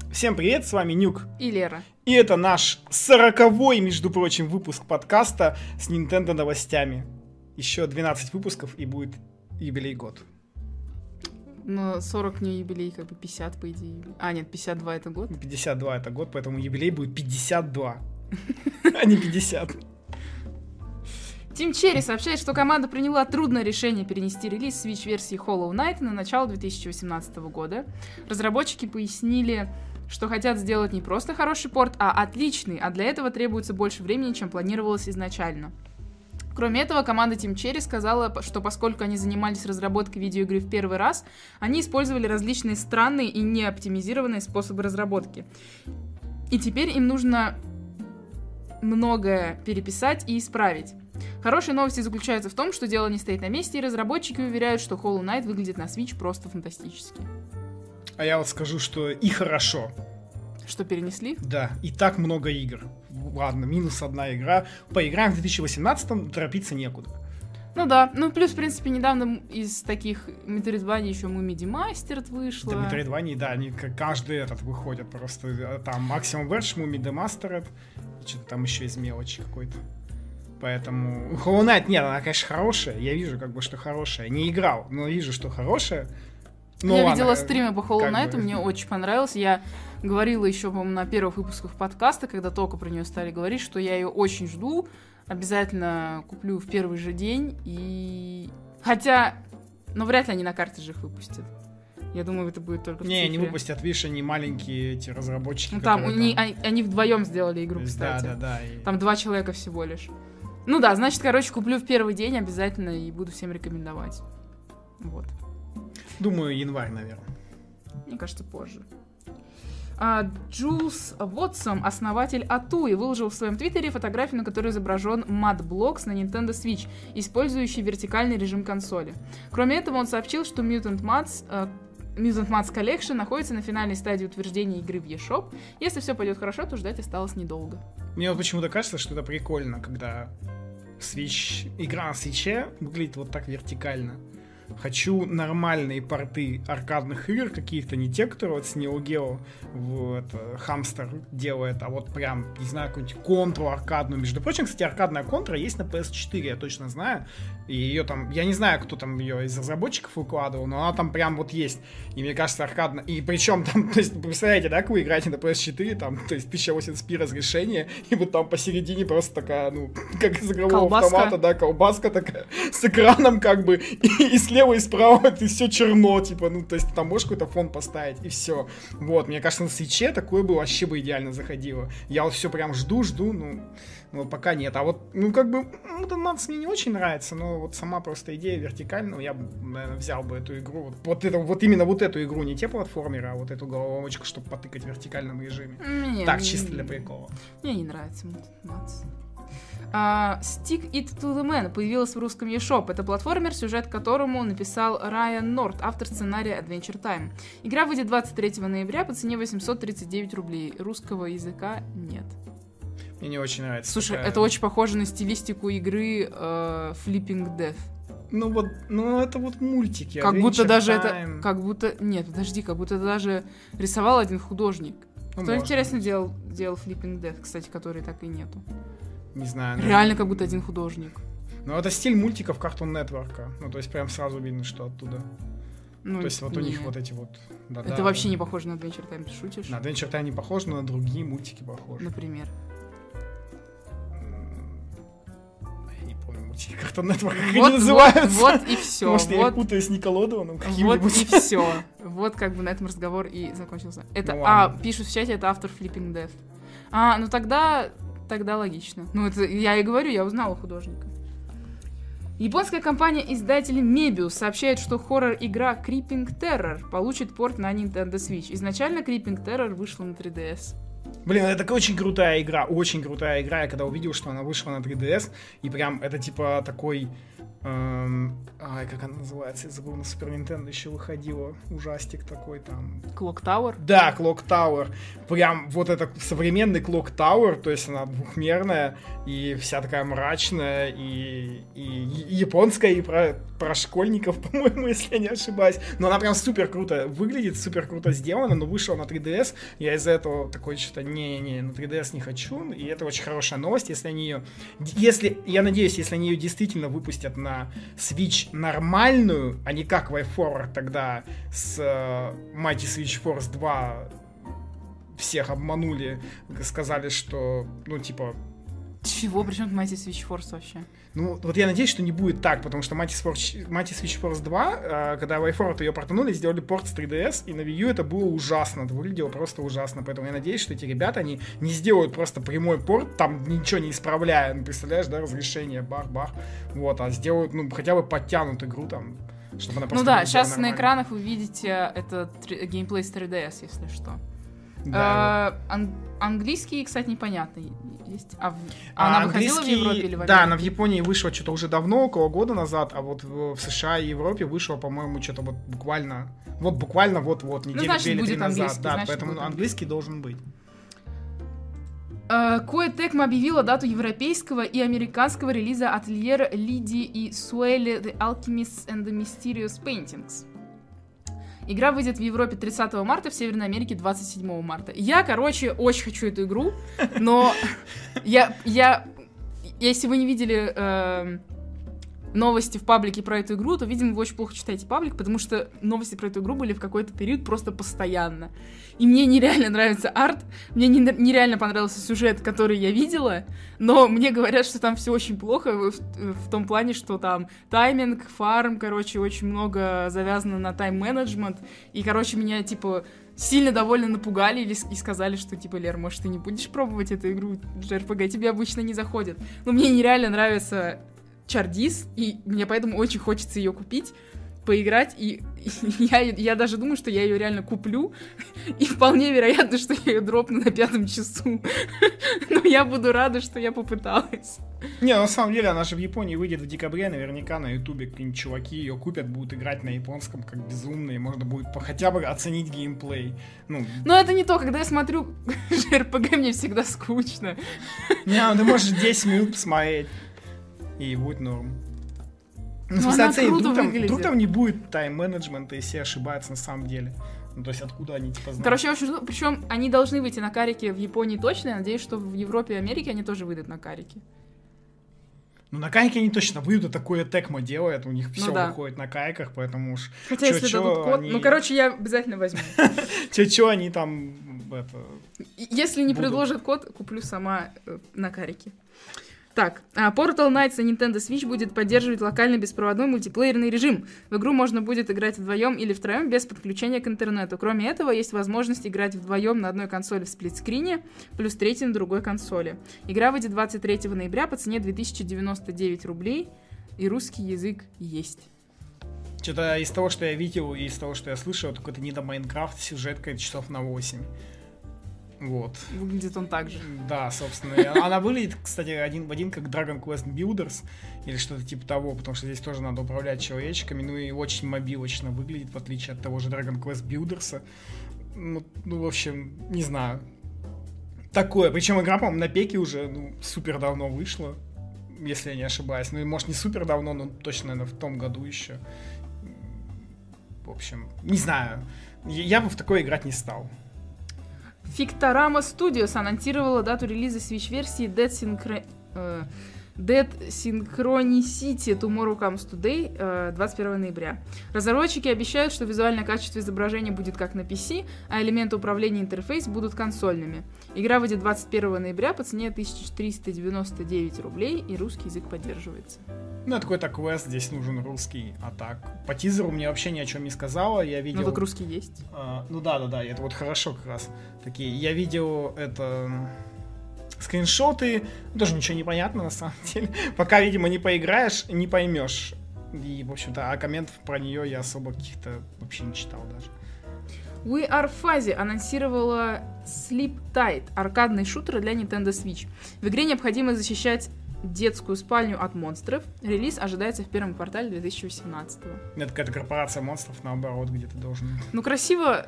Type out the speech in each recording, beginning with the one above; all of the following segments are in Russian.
Всем привет, с вами Нюк и Лера. И это наш 40-й, между прочим, выпуск подкаста с Nintendo новостями. Еще 12 выпусков и будет юбилей год. Но 40 не юбилей, как бы 50 по идее. А, нет, 52 это год. 52 это год, поэтому юбилей будет 52, а не 50. Тим Черри сообщает, что команда приняла трудное решение перенести релиз Switch-версии Hollow Knight на начало 2018 года. Разработчики пояснили, что хотят сделать не просто хороший порт, а отличный, а для этого требуется больше времени, чем планировалось изначально. Кроме этого, команда Тим Черри сказала, что поскольку они занимались разработкой видеоигры в первый раз, они использовали различные странные и неоптимизированные способы разработки. И теперь им нужно многое переписать и исправить. Хорошие новости заключаются в том, что дело не стоит на месте, и разработчики уверяют, что Hollow Knight выглядит на Switch просто фантастически. А я вот скажу, что и хорошо. Что, перенесли? Да, и так много игр. Ладно, минус одна игра. Поиграем в 2018-м, торопиться некуда. Ну да, ну плюс, в принципе, недавно из таких Metroidvania еще Mummy Demastered вышло. Да, Metroidvania, да, они каждый этот выходят просто. Там Maximum Verge, Mummy Demastered, что-то там еще из мелочи какой-то. Поэтому Hollow Knight, нет, она, конечно, хорошая. Я вижу, как бы, что хорошая. Не играл, но вижу, что хорошая. Ну, я видела стримы по Hollow Knight, мне очень понравилось. Я говорила еще, по-моему, на первых выпусках подкаста, когда только про нее стали говорить, что я ее очень жду. Обязательно куплю в первый же день. И... Хотя, ну, вряд ли они на карте же их выпустят. Я думаю, это будет только в цифре. Не выпустят, видишь, они маленькие эти разработчики. Ну, там, они вдвоем сделали игру, кстати. Да. Там 2 человека всего лишь. Ну да, значит, короче, куплю в первый день обязательно и буду всем рекомендовать. Вот. Думаю, январь, наверное. Мне кажется, позже. Джулс Вотсон, основатель Атуи, выложил в своем твиттере фотографию, на которой изображен Mudblocks на Nintendo Switch, использующий вертикальный режим консоли. Кроме этого, он сообщил, что Mutant Mudds Collection находится на финальной стадии утверждения игры в eShop. Если все пойдет хорошо, то ждать осталось недолго. Мне вот почему-то кажется, что это прикольно, когда игра на свитче выглядит вот так вертикально. Хочу нормальные порты аркадных игр каких-то, не те, которые вот с Neo Geo Хамстер делает, а вот прям, не знаю, какую-нибудь контру аркадную. Между прочим, кстати, аркадная контра есть на PS4, я точно знаю. И ее там, я не знаю, кто там ее из разработчиков выкладывал, но она там прям вот есть. И мне кажется, аркадная. И причем там, то есть, представляете, да, как вы играете на PS4, там, то есть 1080p разрешение, и вот там посередине просто такая, ну, как из игрового автомата, да, колбаска такая, с экраном как бы, и слева и справа это все черно, типа, ну, то есть там можешь какой-то фон поставить, и все. Вот, мне кажется, на свитче такое бы вообще бы идеально заходило. Я вот все прям жду, ну, пока нет. А вот, ну, как бы, Mutant Mudds мне не очень нравится, но вот сама просто идея вертикального, я бы, наверное, взял бы эту игру, вот именно вот эту игру, не те платформеры, а вот эту головоломочку, чтобы потыкать в вертикальном режиме. Так, чисто для прикола. Мне не нравится Mutant Mudds. Stick It to the Man появилась в русском eShop. Это платформер, сюжет к которому написал Райан Норт, автор сценария Adventure Time. Игра выйдет 23 ноября по цене 839 рублей. Русского языка нет. Мне не очень нравится. Слушай, это очень похоже на стилистику игры Flipping Death. Ну вот, ну это вот мультики. Как будто даже это... Как будто... Нет, подожди, как будто это даже рисовал один художник. Ну, кто, интересно, делал Flipping Death, кстати, который так и нету. Не знаю. Реально как будто один художник. Ну, это стиль мультиков Cartoon Network. Ну, то есть прям сразу видно, что оттуда. Ну, то есть вот у них вот эти вот... Это вообще не похоже на Adventure Time, ты шутишь? На Adventure Time не похоже, но на другие мультики похожи. Например? Я не помню мультики Cartoon Network, как они называются. Вот и все. Может, я их путаю с Никелодеоном каким-нибудь. Вот и все. Вот как бы на этом разговор и закончился. Это, пишут в чате, это автор Flipping Death. Ну тогда логично. Ну, это я и говорю, я узнала художника. Японская компания-издатель Mebius сообщает, что хоррор-игра Creeping Terror получит порт на Nintendo Switch. Изначально Creeping Terror вышла на 3DS. Блин, это очень крутая игра. Я когда увидел, что она вышла на 3DS, и прям это типа такой Как она называется? Я забыл, на Супер Нинтендо еще выходила ужастик такой там. Clock Tower? Да, Clock Tower. Прям вот это современный Clock Tower, то есть она двухмерная и вся такая мрачная, и японская, и про школьников, по-моему, если я не ошибаюсь. Но она прям супер круто выглядит, супер круто сделана, но вышла на 3DS. Я из-за этого такой что-то, не, на 3DS не хочу, и это очень хорошая новость, если они ее... Я надеюсь, если они ее действительно выпустят на Switch нормальную, а не как WayForward тогда с Mighty Switch Force 2 всех обманули, сказали, что, ну, типа... Чего? Причем Mighty Switch Force вообще? Ну, вот я надеюсь, что не будет так, потому что Mighty Switch Force 2, когда WayForward ее портанули, сделали порт с 3DS, и на Wii U это было ужасно, это выглядело просто ужасно, поэтому я надеюсь, что эти ребята, они не сделают просто прямой порт, там ничего не исправляя, ну, представляешь, да, разрешение, бах-бах, вот, а сделают, ну, хотя бы подтянут игру там, чтобы она просто... Ну да, сейчас на экранах вы видите этот геймплей с 3DS, если что. Да, английский, кстати, непонятный есть. Она выходила в Европе или в Америке? Да, она в Японии вышла что-то уже давно, около года назад, а вот в США и Европе вышла, по-моему, что-то вот буквально неделю 2 или 3 назад. Да, поэтому английский должен быть. Koei Tecmo объявила дату европейского и американского релиза Atelier Lidi и Suelle The Alchemists and the Mysterious Paintings. Игра выйдет в Европе 30 марта, в Северной Америке 27 марта. Я, короче, очень хочу эту игру, но если вы не видели новости в паблике про эту игру, то, видимо, вы очень плохо читаете паблик, потому что новости про эту игру были в какой-то период просто постоянно. И мне нереально нравится арт, мне нереально понравился сюжет, который я видела, но мне говорят, что там все очень плохо в том плане, что там тайминг, фарм, короче, очень много завязано на тайм-менеджмент, и, короче, меня, типа, сильно довольно напугали и сказали, что, типа, Лер, может, ты не будешь пробовать эту игру, JRPG тебе обычно не заходит. Но мне нереально нравится Чардис, и мне поэтому очень хочется ее купить, поиграть, и я даже думаю, что я ее реально куплю, и вполне вероятно, что я ее дропну на 5-м часу. Но я буду рада, что я попыталась. Не, на самом деле, она же в Японии выйдет в декабре, наверняка на ютубе какие-нибудь чуваки ее купят, будут играть на японском как безумные, можно будет хотя бы оценить геймплей. Но это не то, когда я смотрю JRPG, мне всегда скучно. Не, ты можешь 10 минут посмотреть, и будет норм. Ну, она круто выглядит. Вдруг там не будет тайм-менеджмента, и все ошибаются на самом деле. Ну, то есть откуда они типа знают? Короче, причем они должны выйти на карике в Японии точно. Я надеюсь, что в Европе и Америке они тоже выйдут на карике. Ну, на карике они точно выйдут, а Koei Tecmo делает, у них все выходит на кариках, поэтому уж... Хотя если дадут код... Ну, короче, я обязательно возьму. Чё они там... Если не предложат код, куплю сама на карике. Так, Portal Knights на Nintendo Switch будет поддерживать локальный беспроводной мультиплеерный режим. В игру можно будет играть вдвоем или втроем без подключения к интернету. Кроме этого, есть возможность играть вдвоем на одной консоли в сплитскрине, плюс третий на другой консоли. Игра выйдет 23 ноября по цене 2099 рублей, и русский язык есть. Что-то из того, что я видел, и из того, что я слышал, какой-то не до Майнкрафт, сюжетка часов на 8. Вот. Выглядит он так же. Да, собственно. Она выглядит, кстати, один в один, как Dragon Quest Builders или что-то типа того, потому что здесь тоже надо управлять человечками, ну и очень мобилочно выглядит, в отличие от того же Dragon Quest Builders. Ну, в общем, не знаю. Такое. Причем игра, по-моему, на пеке уже супер давно вышла, если я не ошибаюсь. Ну, может, не супер давно, но точно, наверное, в том году еще. В общем, не знаю. Я бы в такое играть не стал. Fictorama Studios анонсировала дату релиза Switch-версии Dead Synchronicity Tomorrow Comes Today 21 ноября. Разработчики обещают, что визуальное качество изображения будет как на PC, а элементы управления и интерфейс будут консольными. Игра выйдет 21 ноября по цене 1399 рублей, и русский язык поддерживается. Ну, это какой-то квест, здесь нужен русский, а так. По тизеру мне вообще ни о чем не сказала, я видел... Ну, так русский есть. Ну да, это вот хорошо как раз. Такие, я видел это... скриншоты, тоже ничего не понятно на самом деле. Пока, видимо, не поиграешь, не поймешь. И, в общем-то, а комментов про нее я особо каких-то вообще не читал даже. We Are Fuzzy анонсировала Sleep Tight, аркадный шутер для Nintendo Switch. В игре необходимо защищать детскую спальню от монстров. Релиз ожидается в первом квартале 2018. Это какая-то корпорация монстров, наоборот, где ты должен... Ну, красиво.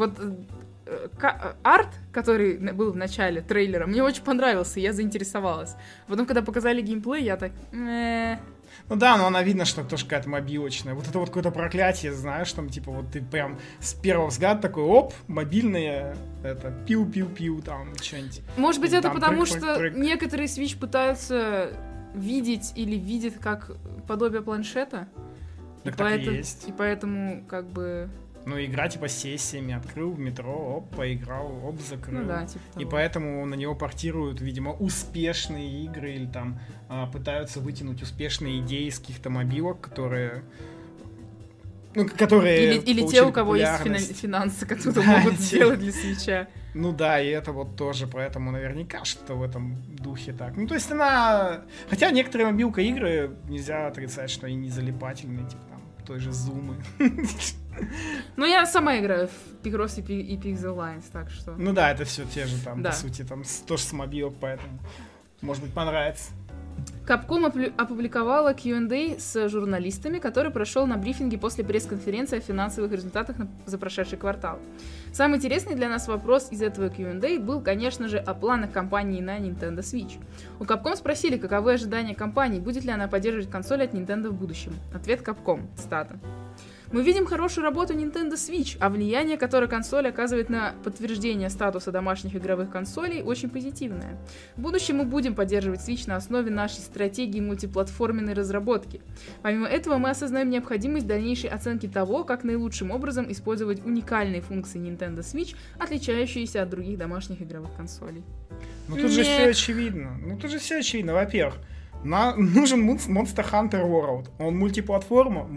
Арт, который был в начале трейлера, мне очень понравился, я заинтересовалась. Потом, когда показали геймплей, я так... Ну да, но она видно, что тоже какая-то мобилочная. Вот это вот какое-то проклятие, знаешь, там типа вот ты прям с первого взгляда такой, оп, мобильные, это, пиу-пиу-пиу, там, что-нибудь. Может быть, или это там потому, прыг-прыг-прыг. что некоторые Switch пытаются видеть или видят как подобие планшета. Так так и есть. И поэтому, как бы... Ну, игра типа с сессиями, открыл в метро, оп, поиграл, оп, закрыл. Ну да, типа И того. поэтому на него портируют, видимо, успешные игры или там пытаются вытянуть успешные идеи из каких-то мобилок, которые... Ну, которые Или те, получили у кого есть популярность. финансы, которые Да, могут те. сделать для Свитча. Ну да, и это вот тоже, поэтому наверняка что-то в этом духе так. Ну, то есть она... Хотя некоторые мобилка игры нельзя отрицать, что они не залипательные, типа там той же Зумы. Ну, я сама играю в Picross и Pixel Lines, так что... Ну да, это все те же там, Да. по сути, там тоже с мобилок, поэтому, может быть, понравится. Capcom опубликовала Q&A с журналистами, который прошел на брифинге после пресс-конференции о финансовых результатах за прошедший квартал. Самый интересный для нас вопрос из этого Q&A был, конечно же, о планах компании на Nintendo Switch. У Capcom спросили, каковы ожидания компании, будет ли она поддерживать консоль от Nintendo в будущем. Ответ Capcom, цитата. Мы видим хорошую работу Nintendo Switch, а влияние, которое консоль оказывает на подтверждение статуса домашних игровых консолей, очень позитивное. В будущем мы будем поддерживать Switch на основе нашей стратегии мультиплатформенной разработки. Помимо этого, мы осознаем необходимость дальнейшей оценки того, как наилучшим образом использовать уникальные функции Nintendo Switch, отличающиеся от других домашних игровых консолей. Ну тут же все очевидно. Во-первых, нужен Monster Hunter World. Он мультиплатформа.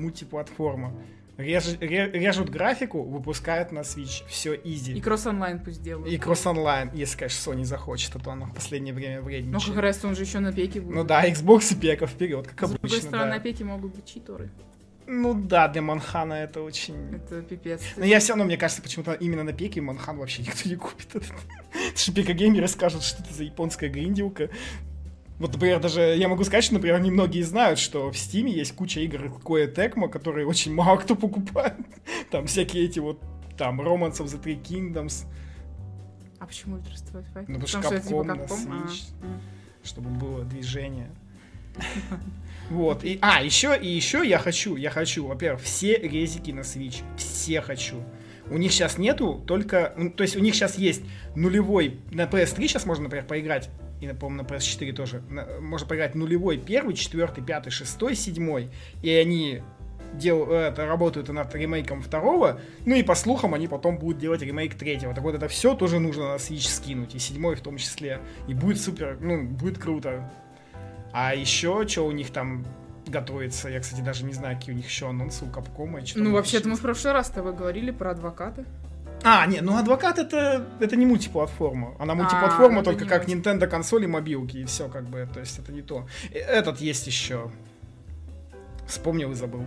Режут графику, выпускают на Switch. Все easy. И кросс-онлайн пусть делают. И кросс-онлайн, если, конечно, Sony захочет, а то она в последнее время Но вредничает. как раз он же еще на пеке будет. Ну да, Xbox и пека вперед, как С обычно. другой стороны, да. на пеке могут быть читеры. Ну да, для Манхана это очень... Это пипец. Но я все равно, мне кажется, почему-то именно на пеке Манхан вообще никто не купит. Это что пека-геймеры скажут, что это за японская гриндилка. Вот, например, даже я могу сказать, что, например, немногие знают, что в Стиме есть куча игр Koei Tecmo, которые очень мало кто покупает. Там всякие эти вот, там, Romance of the Three Kingdoms. А почему Ultra Street Fighter? Ну, потому что это типа Capcom на Capcom? Switch, чтобы было движение. Вот. Еще я хочу, во-первых, все резики на Switch. Все хочу. У них сейчас нету только... То есть у них сейчас есть нулевой... На PS3 сейчас можно, например, поиграть, и, по-моему, на PS4 тоже. Можно поиграть нулевой, первый, 4, 5, 6, 7. И они работают над ремейком второго. Ну и по слухам они потом будут делать ремейк третьего. Так вот это все тоже нужно на Switch скинуть. И 7 в том числе. И будет супер, будет круто. А еще, что у них там готовится, я, кстати, даже не знаю, какие у них еще анонсы у Capcom. Ну, вообще-то мы в прошлый раз с тобой говорили про адвокаты. Адвокат это не мультиплатформа. Она мультиплатформа только как мульти. Nintendo консоли, мобилки, и все, как бы, то есть это не то. Этот есть еще. Вспомнил и забыл.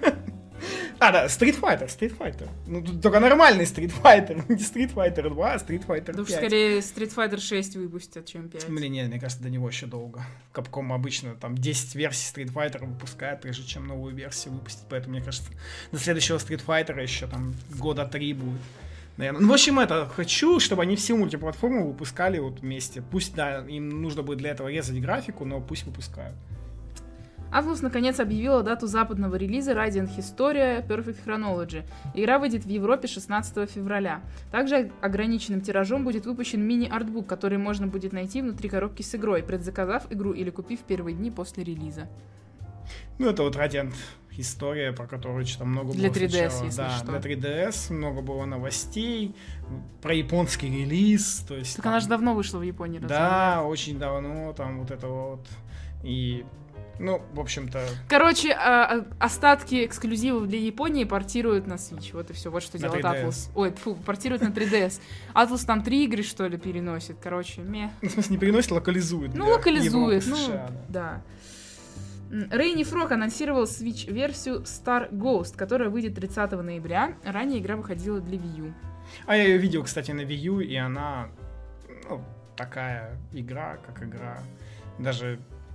Да, Street Fighter. Ну, только нормальный Street Fighter. Не Street Fighter 2, а Street Fighter 5. Да уж скорее Street Fighter 6 выпустят, чем 5. Мне кажется, до него еще долго. Capcom обычно там 10 версий Street Fighter выпускает, прежде чем новую версию выпустить. Поэтому, мне кажется, до следующего Street Fighter еще там года 3 будет. Наверное. Ну, в общем, хочу, чтобы они все мультиплатформы выпускали вот вместе. Пусть, да, им нужно будет для этого резать графику, но пусть выпускают. Atlus наконец объявила дату западного релиза Radiant Historia Perfect Chronology. Игра выйдет в Европе 16 февраля. Также ограниченным тиражом будет выпущен мини-артбук, который можно будет найти внутри коробки с игрой, предзаказав игру или купив в первые дни после релиза. Ну, это вот Radiant Historia, про которую что-то много для было 3DS, сначала. если да, что. для 3DS много было новостей, про японский релиз. То есть, Так она же давно вышла в Японии. Да, очень давно, там вот это вот. И... Ну, в общем-то... Короче, остатки эксклюзивов для Японии портируют на Switch. Вот и все. Вот что делает Atlus. Ой, портируют на 3DS. Atlus там 3 игры, что ли, переносит. Короче, Ну, в смысле, не переносит, локализует. Ну, локализует. Европы, Ну, США, да. Рейни Фрог анонсировал Switch-версию Star Ghost, которая выйдет 30 ноября. Ранее игра выходила для Wii U. А я ее видел, кстати, на Wii U, и она... Ну, такая игра, как игра. Даже...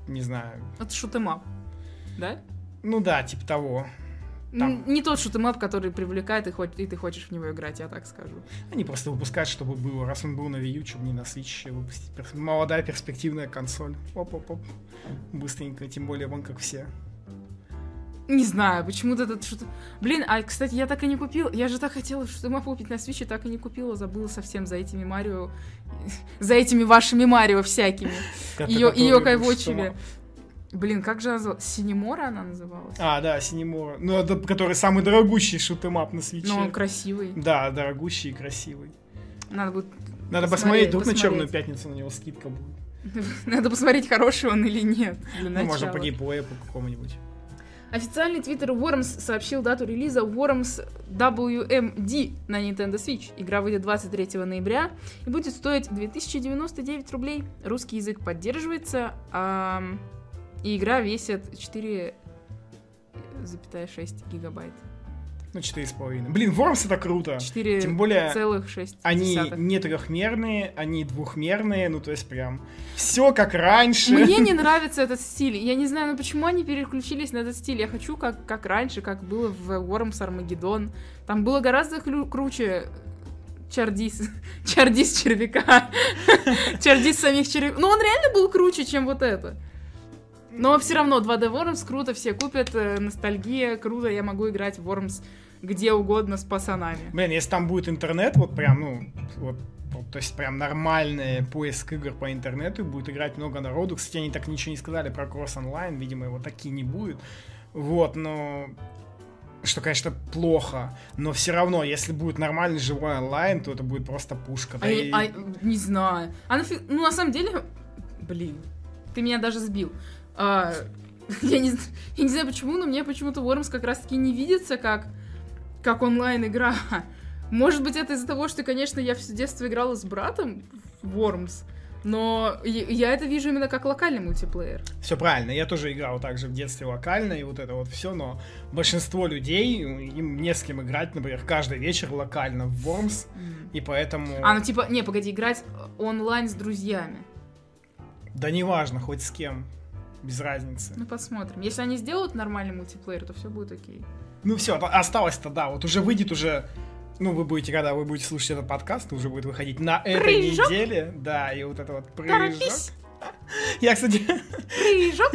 не знаю. Это шутэмап, да? Ну да, типа того. Там... Не тот шутэмап, который привлекает, и ты хочешь в него играть, я так скажу. Они просто выпускают, чтобы было. Раз он был на Wii U, чтобы не на Switch выпустить. Молодая перспективная консоль. Оп-оп-оп. Быстренько, тем более вон как все. Не знаю, почему-то этот шут... Блин, а, кстати, я так и не купил. Я же так хотела шутэмап купить на Switch, и так и не купила. Забыла совсем за этими Марио... За этими вашими Марио всякими. Ее кайвочили. Блин, как же она называлась? Синемора она называлась? А, да, Синемора. Ну, это который самый дорогущий шутэмап на Свитче. Ну, он красивый. Да, дорогущий и красивый. Надо посмотреть, вдруг на Черную пятницу на него скидка будет. Надо посмотреть, хороший он или нет. Ну, можно по геймплею по какому-нибудь. Официальный твиттер Worms сообщил дату релиза Worms WMD на Nintendo Switch. Игра выйдет 23 ноября и будет стоить 2099 рублей. Русский язык поддерживается, и игра весит 4,6 гигабайт. Ну, 4,5. Блин, Worms это круто. 4,6. Тем более, они не трехмерные, они двухмерные, ну, то есть прям все как раньше. Мне не нравится этот стиль. Я не знаю, ну почему они переключились на этот стиль. Я хочу как раньше, как было в Worms Armageddon. Там было гораздо круче Чардис червяка. Чардис самих червяков. Ну, он реально был круче, чем вот это. Но все равно 2D Worms круто, все купят, ностальгия, круто, я могу играть в Worms где угодно с пацанами. Блин, если там будет интернет, вот прям, ну, вот, то есть прям нормальный поиск игр по интернету, будет играть много народу. Кстати, они так ничего не сказали про кросс-онлайн, видимо, его таки не будет. Вот, но... Что, конечно, плохо, но все равно, если будет нормальный живой онлайн, то это будет просто пушка. Не знаю. Ну, на самом деле, блин, ты меня даже сбил. Я не знаю почему, но мне почему-то Worms как раз-таки не видится как онлайн-игра. Может быть, это из-за того, что, конечно, я все детство играла с братом в Worms, но я это вижу именно как локальный мультиплеер. Все правильно, я тоже играл также в детстве локально, и вот это вот все, но большинство людей, им не с кем играть, например, каждый вечер локально в Worms, и поэтому... Ну типа, не, погоди, играть онлайн с друзьями. Да неважно, хоть с кем. Без разницы. Ну, посмотрим. Если они сделают нормальный мультиплеер, то все будет окей. Ну, все, осталось-то, да. Вот уже выйдет уже... Ну, когда вы будете слушать этот подкаст, уже будет выходить на этой неделе. Да, и вот это вот прыжок. Я, кстати... Прыжок?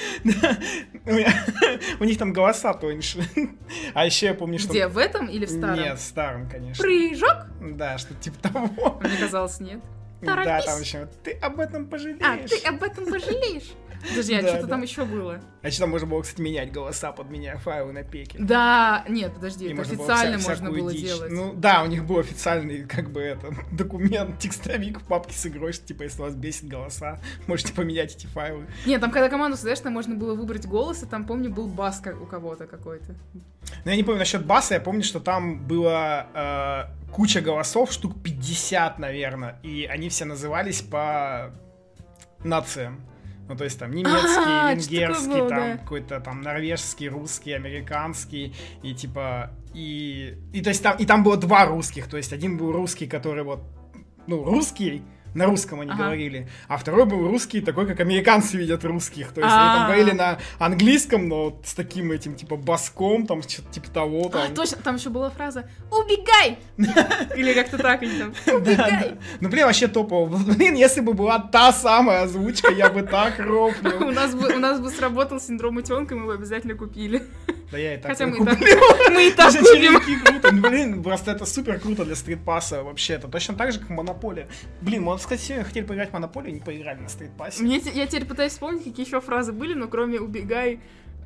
У них там голоса тоньше. А еще я помню, что... Где, в этом или в старом? Нет, в старом, конечно. Прыжок? Да, что типа того. Мне казалось, нет. Да, там еще... Ты об этом пожалеешь. Ты об этом пожалеешь? Подожди, а что-то там еще было? А что там можно было, кстати, менять голоса, подменяя файлы на пеке? Да, нет, подожди, это официально можно было делать. Ну да, у них был официальный, как бы, документ, текстовик в папке с игрой, что, типа, если вас бесит голоса, можете поменять эти файлы. Нет, там, когда команду создаешь, там можно было выбрать голос, и там, помню, был бас у кого-то какой-то. Ну, я не помню насчет баса, я помню, что там было куча голосов, штук 50, наверное, и они все назывались по нациям. Ну, то есть там немецкий, венгерский, там какой-то там норвежский, русский, американский, и типа, и то есть там было два русских, то есть один был русский, который вот, ну, русский, на русском они говорили, а второй был русский, такой, как американцы видят русских, то есть они там говорили на английском, но с таким этим, типа, баском, там, что-то типа того, там. Точно, там еще была фраза «Убегай!» Или как-то так они там «Убегай!» Ну, блин, вообще топово. Блин, если бы была та самая озвучка, я бы так ропнул. У нас бы сработал синдром утенка, мы бы обязательно купили. Да я и так Хотя мы куплю. и так купим. Круто. Блин, просто это супер круто для стритпасса вообще. Это точно так же, как Монополия. Блин, мы, кстати, сегодня хотели поиграть в Монополию, не поиграли на стритпассе. Я теперь пытаюсь вспомнить, какие еще фразы были, но кроме «убегай»,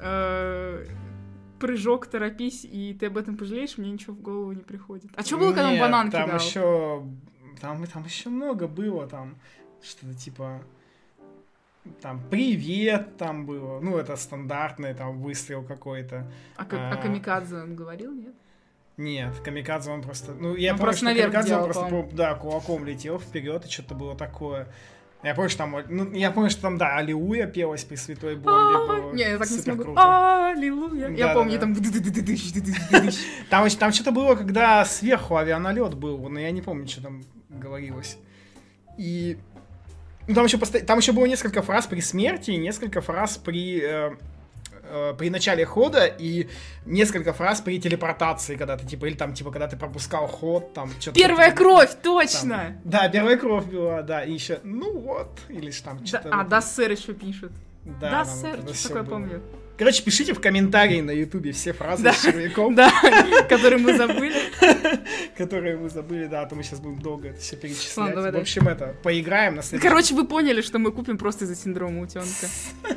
«прыжок», «торопись» и «ты об этом пожалеешь», мне ничего в голову не приходит. А что было, когда он банан кидал? Там еще много было, там что-то типа... Там «Привет» там было. Ну, это стандартный там выстрел какой-то. А Камикадзе он говорил, нет? Нет, Камикадзе он просто... Ну, я он помню, просто что Камикадзе делал, он просто, да, кулаком летел вперед, и что-то было такое. Я помню, что там... Ну, я помню, что там, да, «Аллилуйя» пелась при Святой Бомбе. Не, я так не смогу. Круто. Аллилуйя. Я помню, там... Там что-то было, когда сверху авианалет был, но я не помню, что там говорилось. И... Ну, там еще было несколько фраз при смерти, несколько фраз при начале хода и несколько фраз при телепортации, когда ты, типа, или там, типа, когда ты пропускал ход, там, что-то... Первая кровь, точно! Там, да, первая кровь была, да, и еще, ну вот, или там что-то... Да, сэр еще пишет. Да, сэр, что такое помню. Короче, пишите в комментарии на ютубе все фразы с червяком. Да, которые мы забыли. Которые мы забыли, да, а то мы сейчас будем долго это все перечислять. Ладно, в общем, поиграем на следующем. Короче, вы поняли, что мы купим просто из-за синдрома утенка.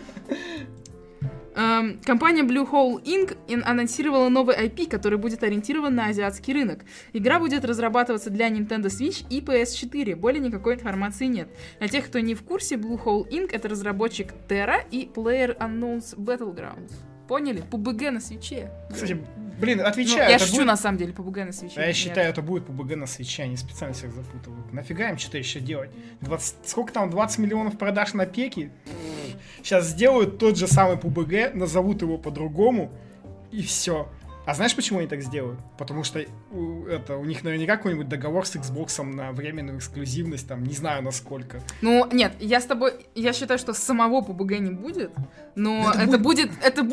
Компания Blue Hole Inc. анонсировала новый IP, который будет ориентирован на азиатский рынок. Игра будет разрабатываться для Nintendo Switch и PS4. Более никакой информации нет. Для тех, кто не в курсе, Blue Hole Inc. это разработчик Terra и PlayerUnknown's Battlegrounds. Поняли? PUBG на свитче. Кстати, блин, отвечаю. Я шучу, на самом деле, PUBG на свитче. Я считаю, это будет PUBG на свитче, они специально всех запутывают. Нафига им что-то еще делать? Сколько там, 20 миллионов продаж на пеке? Сейчас сделают тот же самый PUBG, назовут его по-другому, и все. А знаешь, почему они так сделают? Потому что у них наверняка какой-нибудь договор с Xbox на временную эксклюзивность, там, не знаю насколько. Ну, нет, я считаю, что самого PUBG не будет, но это будет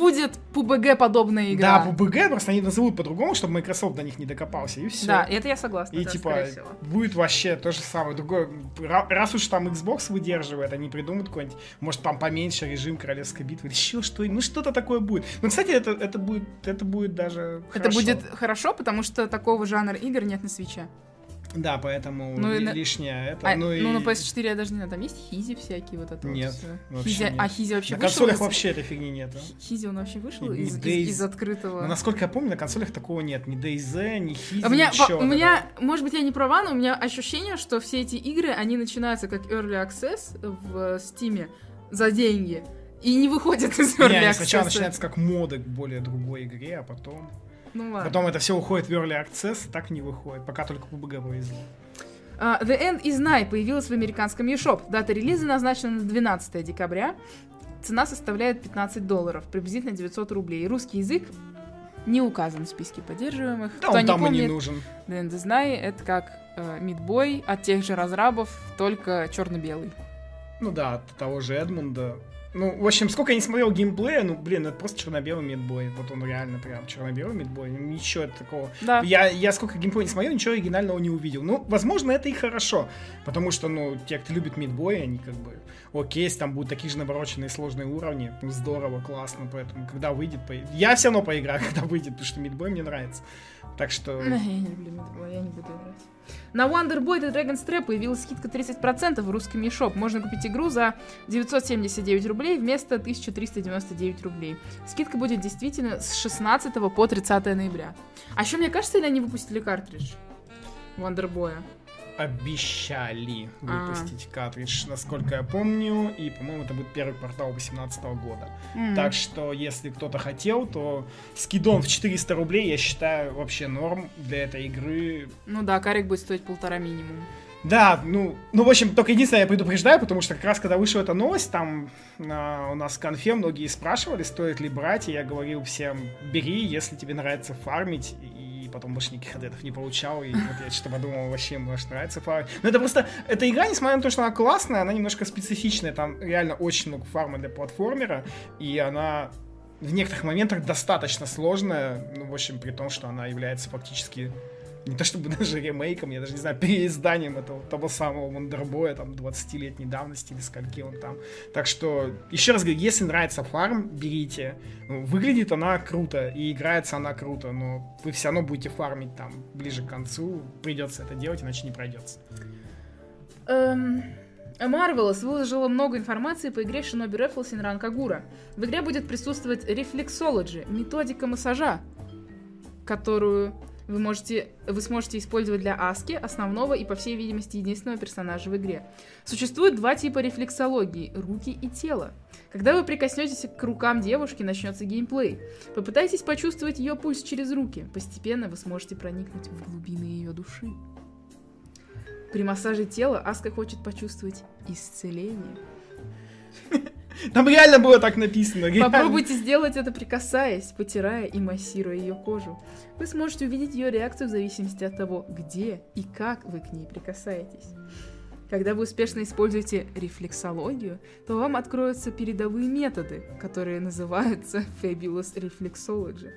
PUBG-подобная игра. Да, PUBG, просто они назовут по-другому, чтобы Microsoft до них не докопался, и все. Да, это я согласна. И да, типа, будет вообще то же самое. Другое, раз уж там Xbox выдерживает, они придумают какой-нибудь, может, там поменьше режим Королевской битвы, еще что-нибудь, ну что-то такое будет. Ну, кстати, это будет даже это хорошо. будет хорошо, потому что такого жанра игр нет на свитче. Да, поэтому лишнее это. На PS4 я даже не знаю, там есть хизи всякие вот это. Нет, вот вообще нет. А хизи вообще на вышел? На консолях вообще этой фигни нет. Хизи он вообще вышел из открытого? Но, насколько я помню, на консолях такого нет. Ни DayZ, ни хизи, ничего. У меня, может быть, я не права, но у меня ощущение, что все эти игры, они начинаются как Early Access в Steam за деньги. И не выходят из Early Access. Сначала начинается как моды к более другой игре, а потом... Ну, ладно. Потом это все уходит в Early Access, и так не выходит, пока только PUBG повезло. The End is Nigh появилась в американском eShop. Дата релиза назначена на 12 декабря. Цена составляет $15, приблизительно 900 рублей. Русский язык не указан в списке поддерживаемых. Да, кто он не там помнит, и не нужен. The End is Nigh — это как Meat Boy от тех же разрабов, только черно-белый. Ну да, от того же Эдмунда. Ну, в общем, сколько я не смотрел геймплея, ну, блин, это просто черно-белый мидбой. Вот он реально прям черно-белый мидбой. Ничего такого. Да. Я сколько геймплея не смотрел, ничего оригинального не увидел. Ну, возможно, это и хорошо. Потому что, ну, те, кто любит мидбой, они как бы... Окей, если там будут такие же навороченные сложные уровни, ну, здорово, классно. Поэтому, когда выйдет... Я все равно поиграю, когда выйдет, потому что мидбой мне нравится. Так что... Я не люблю мидбой, я не буду играть. На Wonder Boy The Dragon's Trap появилась скидка 30% в русском eShop. Можно купить игру за 979 рублей вместо 1399 рублей. Скидка будет действительно с 16 по 30 ноября. А еще, мне кажется, или они выпустили картридж Wonder Boy? Обещали выпустить картридж, насколько я помню, и, по-моему, это будет первый квартал 2018 года. Так что, если кто-то хотел, то скидон в 400 рублей, я считаю, вообще норм для этой игры. Ну да, карик будет стоить 1,5 минимум. Да, ну, в общем, только единственное, я предупреждаю, потому что как раз, когда вышла эта новость, там у нас в конфе многие спрашивали, стоит ли брать, и я говорил всем, бери, если тебе нравится фармить, и потом больше никаких ответов не получал, и вот я что-то подумал, вообще, может, нравится фармить. Но это просто, эта игра, несмотря на то, что она классная, она немножко специфичная, там реально очень много фарма для платформера, и она в некоторых моментах достаточно сложная, ну, в общем, при том, что она является фактически... Не то чтобы даже ремейком, я даже не знаю, переизданием того самого Wonderboy, там, 20-летней давности или скольки он там. Так что, еще раз говорю, если нравится фарм, берите. Ну, выглядит она круто, и играется она круто, но вы все равно будете фармить там ближе к концу. Придется это делать, иначе не пройдется. Marvelous выложила много информации по игре Shinobi Raffle Senran Kagura. В игре будет присутствовать Reflexology, методика массажа, которую... Вы сможете использовать для Аски, основного и, по всей видимости, единственного персонажа в игре. Существует два типа рефлексологии – руки и тело. Когда вы прикоснетесь к рукам девушки, начнется геймплей. Попытайтесь почувствовать ее пульс через руки. Постепенно вы сможете проникнуть в глубины ее души. При массаже тела Аска хочет почувствовать исцеление. Там реально было так написано. Реально. Попробуйте сделать это, прикасаясь, потирая и массируя ее кожу. Вы сможете увидеть ее реакцию в зависимости от того, где и как вы к ней прикасаетесь. Когда вы успешно используете рефлексологию, то вам откроются передовые методы, которые называются Fabulous Reflexology.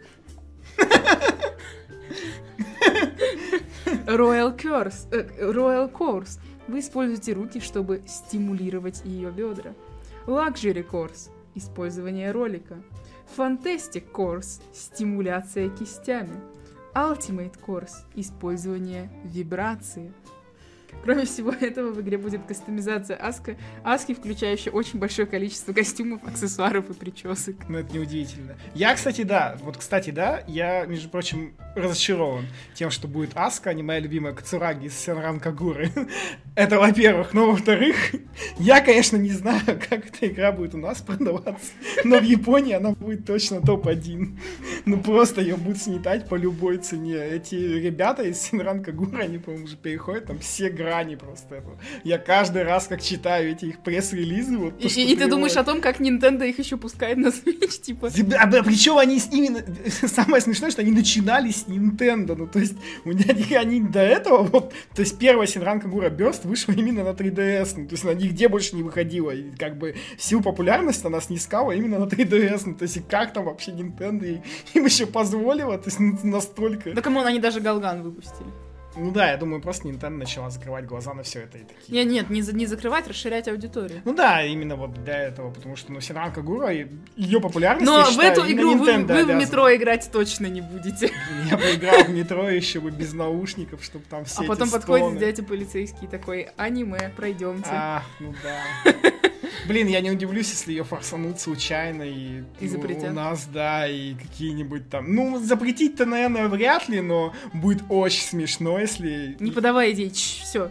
Royal Course. Вы используете руки, чтобы стимулировать ее бедра. Luxury Course. Использование ролика. Fantastic Course. Стимуляция кистями. Ultimate Course. Использование вибрации. Кроме всего этого, в игре будет кастомизация Аски, включающая очень большое количество костюмов, аксессуаров и причесок. Ну, это неудивительно. Я, кстати, да, я, между прочим, разочарован тем, что будет Аска, а не моя любимая Кацураги из Сенран Кагуры. Это, во-первых. Но, во-вторых, я, конечно, не знаю, как эта игра будет у нас продаваться, но в Японии она будет точно топ-1. Ну, просто ее будут снитать по любой цене. Эти ребята из Сенран Кагуры, они, по-моему, уже переходят там все грани просто этого. Я каждый раз, как читаю эти их пресс-релизы, вот то, И ты думаешь о том, как Nintendo их еще пускает на Switch, типа... Причем они именно... Самое смешное, что они начинали с Nintendo, ну, то есть, у меня они до этого, вот, то есть, первая Сенран Кагура Burst вышла именно на 3DS, ну, то есть, она нигде больше не выходила, и, как бы, всю популярность она снискала именно на 3DS, ну, то есть, и как там вообще Nintendo им еще позволило, то есть, настолько... Да кому они даже Галган выпустили. Ну да, я думаю, просто Nintendo начала закрывать глаза на все это и такие. Нет, не закрывать, расширять аудиторию. Ну да, именно вот для этого, потому что, ну, Сенран Кагура, ее популярность, но я в считаю, эту игру вы обязан. в метро играть точно не будете. Я поиграл в метро еще бы без наушников, чтобы там все эти потом стоны. подходит дядя полицейский такой: аниме, пройдемте. Ну да. Блин, я не удивлюсь, если ее форсанут случайно и запретят. У нас, да, и какие-нибудь там... Ну, запретить-то, наверное, вряд ли, но будет очень смешно, если... Не подавай идей, все.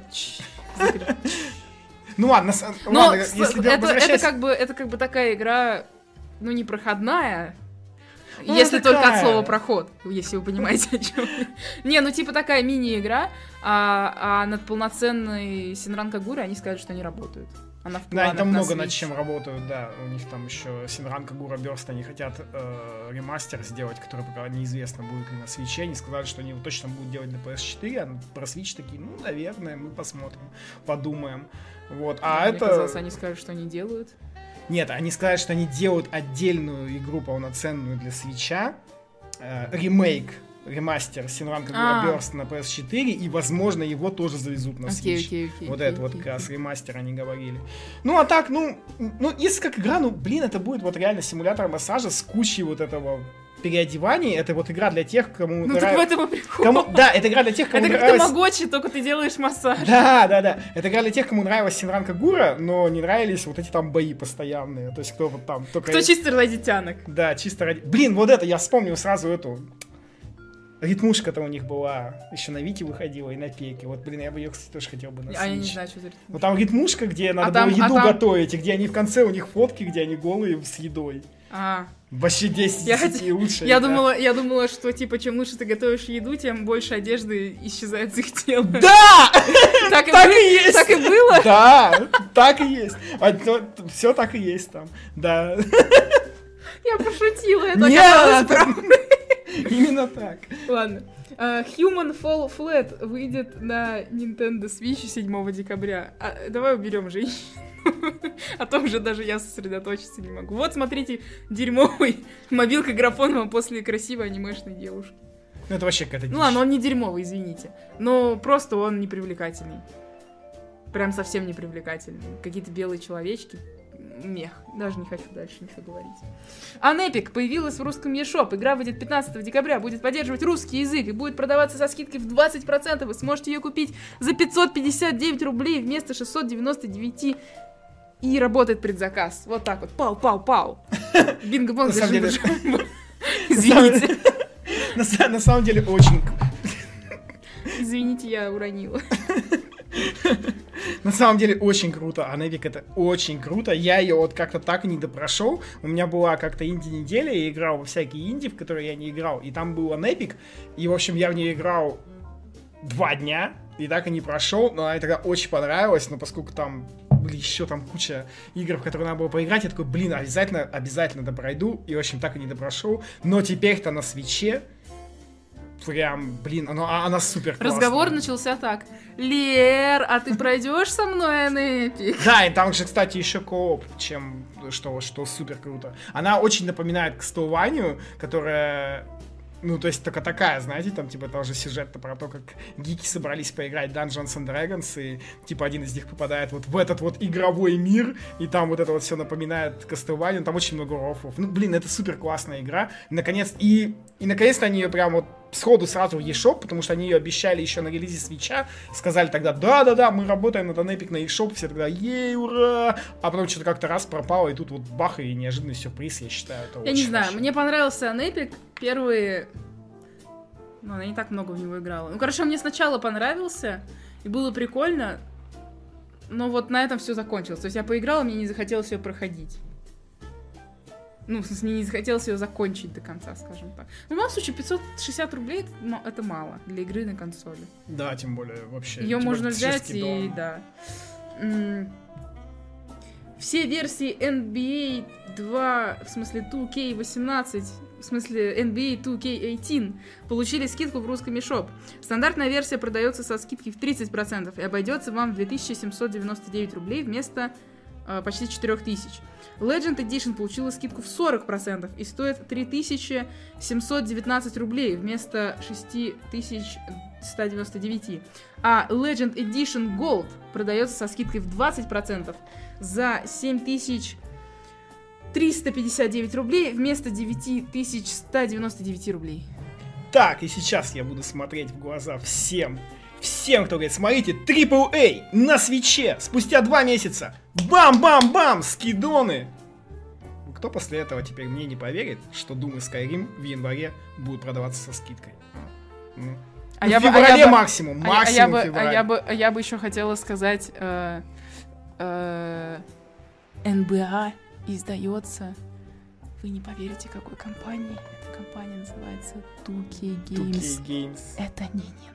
Ну ладно, но если это как бы такая игра, ну, не проходная, ну, если такая... только от слова проход, если вы понимаете, о чем. Не, ну типа такая мини-игра, а над полноценной Сенран Кагурой они скажут, что они работают. Она в планах. Да, они там много над чем работают, да. У них там еще Сенран Кагура Burst, они хотят ремастер сделать, который пока неизвестно, будет ли на Switch. Они сказали, что они его точно будут делать для PS4, а про Switch такие, ну, наверное, мы посмотрим, подумаем. Вот. Мне казалось, они скажут, что они делают. Нет, они сказали, что они делают отдельную игру полноценную для Switch'а, ремастер Сенран Кагура Burst на PS4, и, возможно, его тоже завезут на Switch. Вот это вот как раз ремастер они говорили. Ну, а так, ну, если как игра, ну, блин, это будет вот реально симулятор массажа с кучей вот этого переодеваний. Это вот игра для тех, кому нравится... Ну, так в этом и прикол. Да, это игра для тех, кому нравится... Это как тамагочи, только ты делаешь массаж. Да. Это игра для тех, кому нравилась Сенран Кагура, но не нравились вот эти там бои постоянные. То есть кто вот там... Кто чисто ради тянок. Да, чисто ради... Блин, вот это, я вспомнил сразу эту... Ритмушка-то у них была, еще на Вите выходила и на Пеке. Вот, блин, я бы ее, кстати, тоже хотел бы на Switch. А я не знаю, что за ритмушка. Вот там ритмушка, где надо было еду готовить, и где они в конце, у них фотки, где они голые с едой. Вообще 10 лучше. Я думала, что, типа, чем лучше ты готовишь еду, тем больше одежды исчезает с их тела. Да! Так и есть! Так и было? Да, так и есть. Все так и есть там, да. Я пошутила, это оказалось правдой. Именно так. Ладно. Human Fall Flat выйдет на Nintendo Switch 7 декабря. Давай уберем женщину. А то уже даже я сосредоточиться не могу. Вот, смотрите, дерьмовый мобилка-графон вам после красивой анимешной девушки. Ну, это вообще какая-то дичь. Ну ладно, он не дерьмовый, извините. Но просто он непривлекательный. Прям совсем непривлекательный. Какие-то белые человечки. Мех. Даже не хочу дальше ничего говорить. Unepic появилась в русском eShop. Игра выйдет 15 декабря, будет поддерживать русский язык и будет продаваться со скидкой в 20%. Вы сможете ее купить за 559 рублей вместо 699. И работает предзаказ. Вот так вот. Пау-пау-пау. Бинго-бонго. Извините. На самом деле очень... Извините, я уронила. На самом деле очень круто. Unepic это очень круто. Я ее вот как-то так и не допрошел. У меня была как-то инди-неделя, я играл во всякие инди, в которые я не играл. И там был Unepic. И, в общем, я в ней играл 2 дня. И так и не прошел. Но она тогда очень понравилась. Но поскольку там были еще там куча игр, в которые надо было поиграть, я такой, блин, обязательно допройду. И, в общем, так и не допрошел. Но теперь-то на Свитче прям, блин, она супер классная. Разговор начался так. Лер, а ты пройдешь со мной на Эпик? Да, и там же, кстати, еще кооп, что супер круто. Она очень напоминает Castlevania, которая... Ну, то есть, только такая, знаете, там, типа, тоже сюжет про то, как гики собрались поиграть Dungeons and Dragons, и, типа, один из них попадает вот в этот вот игровой мир, и там вот это вот все напоминает Castlevania, там очень много рофлов. Ну, блин, это супер классная игра. Наконец-то они ее прям вот сходу сразу в eShop, потому что они ее обещали еще на релизе Свитча, сказали тогда, да, мы работаем над Epic на eShop, все тогда, ей, ура! А потом что-то как-то раз пропало, и тут вот бах, и неожиданный сюрприз, я считаю, это Я не знаю, мне понравился Epic, первые... Ну, она не так много в него играла. Ну, короче, мне сначала понравился, и было прикольно, но вот на этом все закончилось. То есть я поиграла, мне не захотелось ее проходить. Ну, в смысле, мне не захотелось ее закончить до конца, скажем так. В любом случае, 560 рублей это мало для игры на консоли. Да, тем более вообще. Ее можно взять и да. Все версии NBA 2, в смысле 2K18, в смысле NBA 2K18 получили скидку в русском eShop. Стандартная версия продается со скидкой в 30% и обойдется вам в 2799 рублей вместо почти 4000. Legend Edition получила скидку в 40% и стоит 3719 рублей вместо 6199. А Legend Edition Gold продается со скидкой в 20% за 7359 рублей вместо 9199 рублей. Так, и сейчас я буду смотреть в глаза всем, кто говорит, смотрите, AAA на Свитче спустя 2 месяца. Бам-бам-бам, скидоны. Кто после этого теперь мне не поверит, что Doom и Skyrim в январе будут продаваться со скидкой? В феврале максимум февраль. Я бы еще хотела сказать, НБА издается, вы не поверите, какой компании. Эта компания называется 2K Games. Это не Nintendo.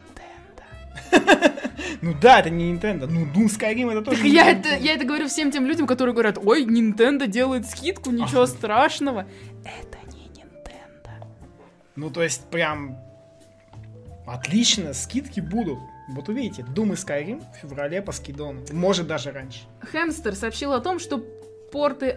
Ну да, это не Nintendo. Ну, Doom, Skyrim это тоже я это говорю всем тем людям, которые говорят, ой, Nintendo делает скидку, ничего страшного. Это не Nintendo. Ну, то есть, прям отлично, скидки будут. Вот увидите, Doom и Skyrim в феврале по скидону. Может, даже раньше. Hamster сообщил о том, что порты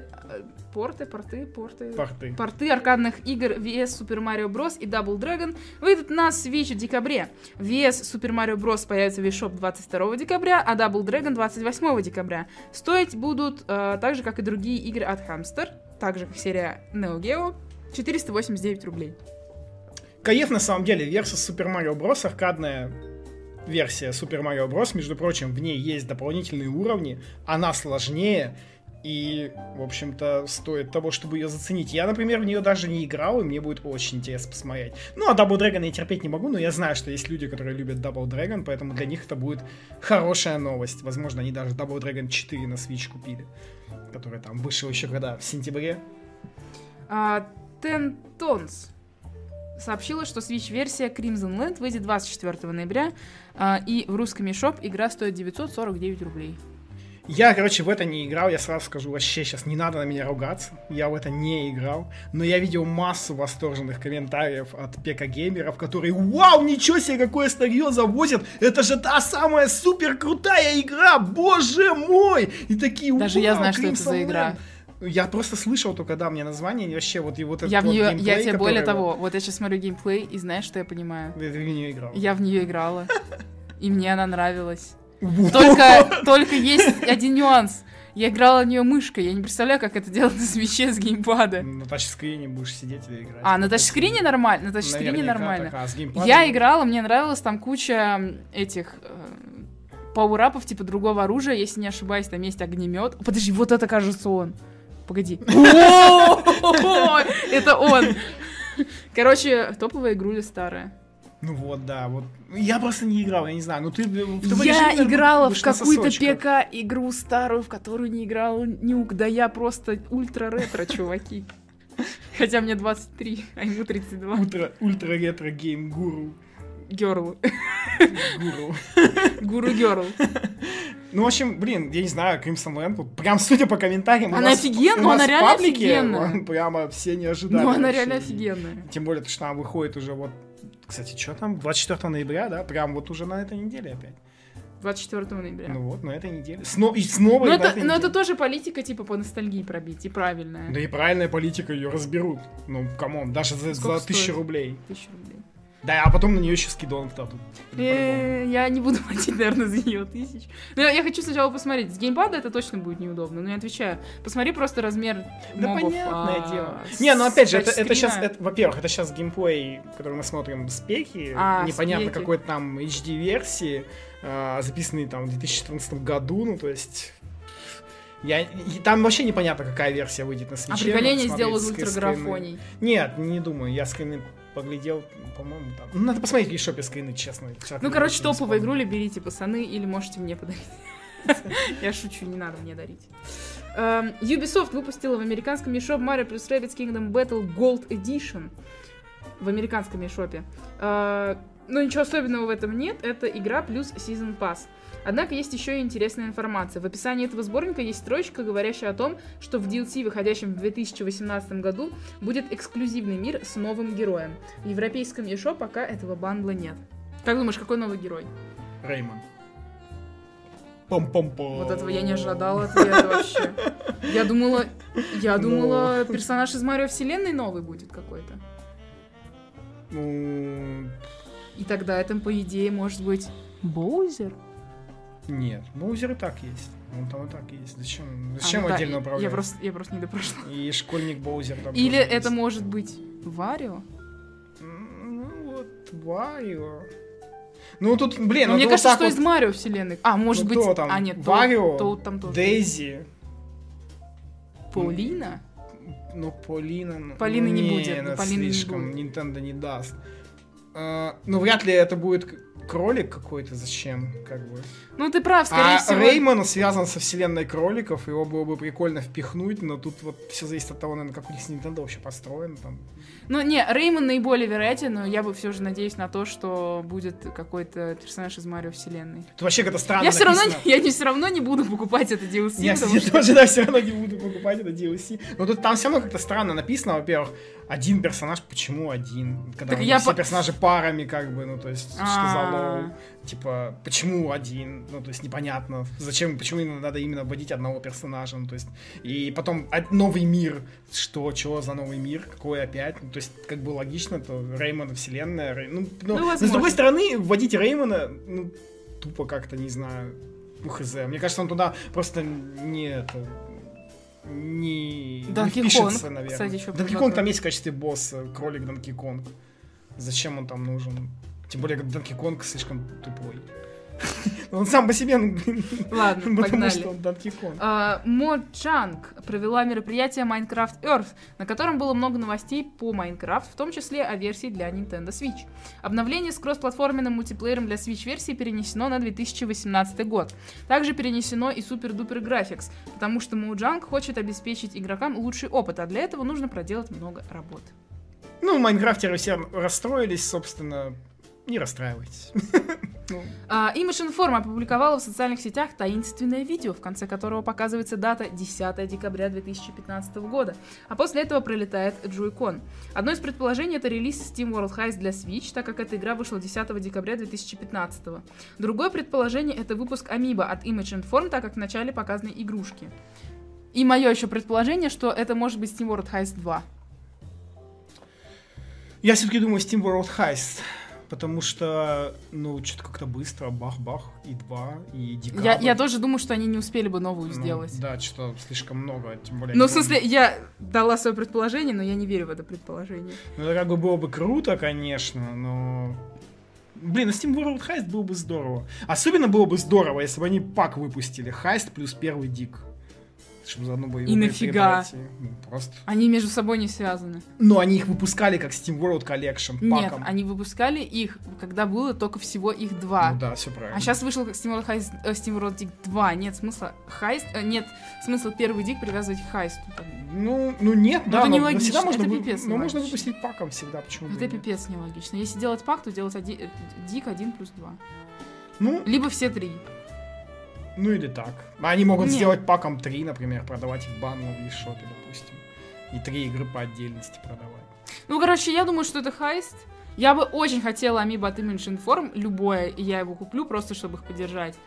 аркадных игр VS Super Mario Bros. И Double Dragon выйдут на Switch в декабре. VS Super Mario Bros. Появится в eShop 22 декабря, а Double Dragon 28 декабря. Стоить будут так же, как и другие игры от Hamster, так же, как серия Neo Geo, 489 рублей. Кайф на самом деле, версия Super Mario Bros. Аркадная версия Super Mario Bros. Между прочим, в ней есть дополнительные уровни, она сложнее, и, в общем-то, стоит того, чтобы ее заценить. Я, например, в нее даже не играл, и мне будет очень интересно посмотреть. Ну, а Double Dragon я терпеть не могу, но я знаю, что есть люди, которые любят Double Dragon, поэтому для них это будет хорошая новость. Возможно, они даже Double Dragon 4 на Switch купили, который там вышел еще когда? В сентябре? Ten Tons сообщила, что Switch-версия Crimson Land выйдет 24 ноября, и в русском eShop игра стоит 949 рублей. Я, короче, в это не играл, я сразу скажу, вообще сейчас не надо на меня ругаться, я в это не играл, но я видел массу восторженных комментариев от ПК-геймеров, которые, вау, ничего себе, какое старье завозят, это же та самая супер крутая игра, боже мой, и такие, вау, даже я знаю, что это за игра. Я просто слышал только, да, мне название, вообще вот и вот этот я вот геймплей, я тебе более того, вот я сейчас смотрю геймплей, и знаешь, что я понимаю? Ты в нее играл. Я в нее играла, и мне она нравилась. Вот. Только есть один нюанс. Я играла в нее мышкой, я не представляю, как это делать на свитче с геймпада. На тачскрине будешь сидеть и играть. На тачскрине нормально, на тачскрине нормально. Так, я играла, мне нравилось, там куча этих пауэрапов, типа другого оружия, если не ошибаюсь, там есть огнемет. Подожди, вот это, кажется, он. Погоди. Это он. Короче, топовая игруля старая. Ну вот, да, вот. Я просто не играл, я не знаю. Ну ты я играла в какую-то ПК-игру старую, в которую не играл Нюк. Да я просто ультра-ретро, чуваки. Хотя мне 23, а ему 32. Ультра-ретро гейм-гуру. Герл. Гуру. Гуру-герл. Ну, в общем, блин, я не знаю, Crimson Land, вот прям судя по комментариям, она офигенная, она реально офигенная. Прямо все не ожидали. Ну, она реально офигенная. Тем более, что она выходит уже вот, кстати, что там, 24 ноября, да? Прям вот уже на этой неделе опять. 24 ноября. Ну вот, на этой неделе. И снова но это тоже политика, типа, по ностальгии пробить, и правильная. Да и правильная политика, ее разберут. Ну, камон, даже за 1000 рублей. 1000 рублей. Да, а потом на нее еще скидон в тату. Я не буду платить, наверное, за нее 1000. Но я хочу сначала посмотреть. С геймпада это точно будет неудобно, но я отвечаю. Посмотри просто размер мобов. Да, понятное дело. Не, ну опять же, это сейчас, во-первых, это сейчас геймплей, который мы смотрим, спеки. Непонятно, какой там HD-версии, записанный там в 2014 году, ну, то есть... Там вообще непонятно, какая версия выйдет на Switch. А приколение сделают ультраграфоний. Нет, не думаю, я скрины поглядел, по-моему, там. Ну, надо посмотреть в eShop скрины, честно. Ну, короче, топовую игру берите, пацаны, или можете мне подарить. Я шучу, не надо мне дарить. Ubisoft выпустила в американском eShop Mario plus Rabbids Kingdom Battle Gold Edition. В американском eShop. Но ничего особенного в этом нет, это игра плюс Season Pass. Однако есть еще и интересная информация. В описании этого сборника есть строчка, говорящая о том, что в DLC, выходящем в 2018 году, будет эксклюзивный мир с новым героем. В европейском eShop пока этого бандла нет. Как думаешь, какой новый герой? Реймон. Пам-пам-пам. Вот этого я не ожидала ответа вообще. Я думала, персонаж из Марио вселенной новый будет какой-то. Ну... И тогда это, по идее, может быть Боузер? Нет, Боузер и так есть. Он там и так есть. Зачем отдельно управлять? Я просто не допрошла. И школьник Боузер там. Или это может быть Варио? Ну вот, Варио. Ну тут, блин, мне кажется, что из Марио вселенной. Может быть... Там? А, нет, Варио, там тоже. Дейзи. Полина? Ну, Полина... Полины не будет. Это слишком, Nintendo не даст. Ну, вряд ли это будет кролик какой-то, зачем, как бы. Ну, ты прав, скорее всего. Реймон связан со вселенной кроликов, его было бы прикольно впихнуть, но тут вот все зависит от того, наверное, как у них с Nintendo вообще построено там. Ну, не, Реймон наиболее вероятен, но я бы все же надеюсь на то, что будет какой-то персонаж из Марио вселенной. Тут вообще как-то странно я все равно не буду покупать это DLC. Я тоже, да, все равно не буду покупать это DLC. Но тут там все равно как-то странно написано, во-первых, один персонаж, почему один? Когда все персонажи парами, как бы, ну, то есть, что за лоу? Типа, почему один? Ну, то есть, непонятно. Почему надо именно вводить одного персонажа? Ну, то есть, и потом новый мир. Что за новый мир? Какой опять? Ну, то есть, как бы логично, то Реймона вселенная. Но с другой стороны, вводить Реймона, ну, тупо как-то, не знаю, хз. Мне кажется, он туда просто не впишется, наверное. Кстати, еще Донки Конг там есть в качестве босса, кролик Донки Конг. Зачем он там нужен? Тем более, Донки Конг слишком тупой. Он сам по себе, ладно, потому погнали. Что он Донки Конг. Моджанг провела мероприятие Minecraft Earth, на котором было много новостей по Minecraft, в том числе о версии для Nintendo Switch. Обновление с кроссплатформенным мультиплеером для Switch-версии перенесено на 2018 год. Также перенесено и супер-дупер графикс, потому что Mojang хочет обеспечить игрокам лучший опыт, а для этого нужно проделать много работы. Ну, майнкрафтеры все расстроились, собственно, не расстраивайтесь. Image Inform опубликовала в социальных сетях таинственное видео, в конце которого показывается дата 10 декабря 2015 года, а после этого пролетает Joy-Con. Одно из предположений — это релиз Steam World Heist для Switch, так как эта игра вышла 10 декабря 2015. Другое предположение — это выпуск Amiibo от Image Inform, так как в начале показаны игрушки. И мое еще предположение, что это может быть Steam World Heist 2. Я все-таки думаю Steam World Heist. Потому что, что-то как-то быстро, бах-бах, и 2, и декабрь. Я тоже думаю, что они не успели бы новую сделать. Да, что слишком много, тем более... Ну, в смысле, я дала свое предположение, но я не верю в это предположение. Ну, это как бы было бы круто, конечно, но... Блин, Steam World Heist было бы здорово. Особенно было бы здорово, если бы они пак выпустили. Heist плюс первый дик. Чтобы заодно бы и нафига? Просто. Они между собой не связаны. Но они их выпускали как Steam World Collection паком. Нет, они выпускали их, когда было только всего их 2. Ну да, все правильно. А сейчас вышел как Steam World Heist, Steam World Dig 2. Нет смысла нет смысла первый дик привязывать к хайсту. Ну нет, да. Это нелогично, всегда можно, это пипец нелогично. Можно выпустить паком всегда, почему бы. Это пипец нелогично. Если делать пак, то делать дик 1 плюс 2. Ну. Либо все 3. Ну или так. Они могут Не. сделать паком 3, например, продавать в банном eShop, допустим. И 3 игры по отдельности продавать. Ну, короче, я думаю, что это хайст. Я бы очень хотела Amiibo от Image Inform, любое, и я его куплю, просто чтобы их поддержать.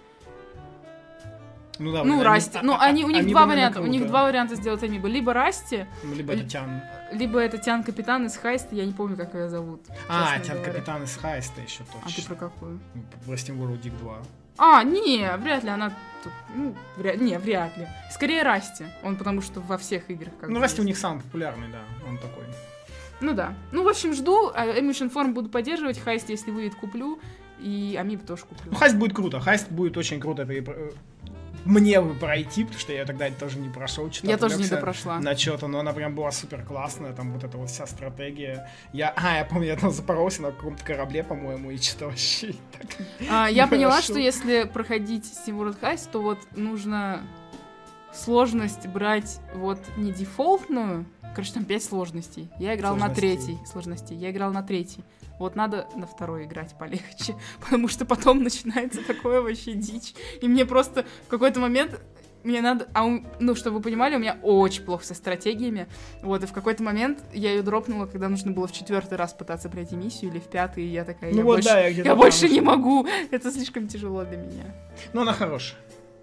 Ну да, Ну, Расти. Ну, у них Amiibo, два наверное, варианта. У них круто. два варианта сделать Amiibo. Либо Расти, Либо это Тян. либо это Тян Капитан из Хайста, я не помню, как ее зовут. честно Тян говоря. Капитан из Хайста еще А ты точно. про какую? Про Steam World Dig 2. Не, вряд ли она... вряд ли. Скорее Расти. Он потому что во всех играх как Ну, бы Расти у есть. них самый популярный, да. Он такой. Ну да. Ну, в общем, жду. Image Inform буду поддерживать. Хайст, если выйдет, куплю. И Amiibo тоже куплю. Ну, Хайст будет круто. Хайст будет очень круто мне бы пройти, потому что я тогда тоже не прошел. Я тоже не допрошла. На что-то, но она прям была супер классная, там вот эта вот вся стратегия. Я помню, я там запоролся на каком-то корабле, по-моему, и что-то вообще так. Я поняла, Хорошо. что если проходить Steam World Heist, то вот нужно сложность брать вот не дефолтную. Короче, там 5 сложностей. Я играл на третьей сложности. Я играл на третьей. Вот надо на второй играть полегче, потому что потом начинается такое вообще дичь. И мне просто в какой-то момент мне надо... чтобы вы понимали, у меня очень плохо со стратегиями. Вот, и в какой-то момент я ее дропнула, когда нужно было в 4-й раз пытаться пройти миссию, или в 5-й, и я такая, Ну вот, да, я больше не могу. Это слишком тяжело для меня. Ну, она хорошая.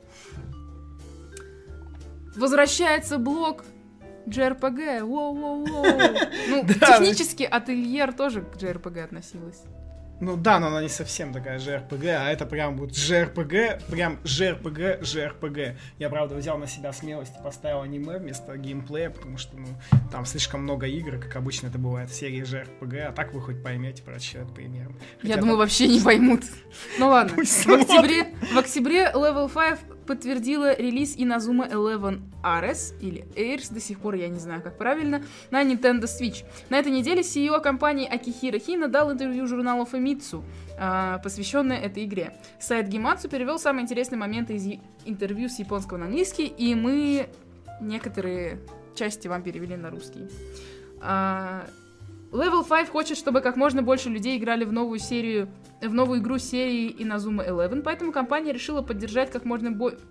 Возвращается блок JRPG, воу-воу-воу. Ну, Да. технически Ательер тоже к JRPG относилась. Ну да, но она не совсем такая JRPG, а это прям вот JRPG, прям JRPG. Я, правда, взял на себя смелость и поставил аниме вместо геймплея, потому что, там слишком много игр, как обычно это бывает в серии JRPG, а так вы хоть поймете про что это примерно. Я думаю, вообще не поймут. Ну ладно. Пусть В октябре Level 5 подтвердила релиз Inazuma 11 Ares, или Airs, до сих пор я не знаю, как правильно, на Nintendo Switch. На этой неделе CEO компании Акихиро Хина дал интервью журналу Famitsu, посвященное этой игре. Сайт Гимацу перевел самые интересные моменты из интервью с японского на английский, и мы некоторые части вам перевели на русский. Level 5 хочет, чтобы как можно больше людей играли в новую игру серии Inazuma 11, поэтому компания решила поддерживать как можно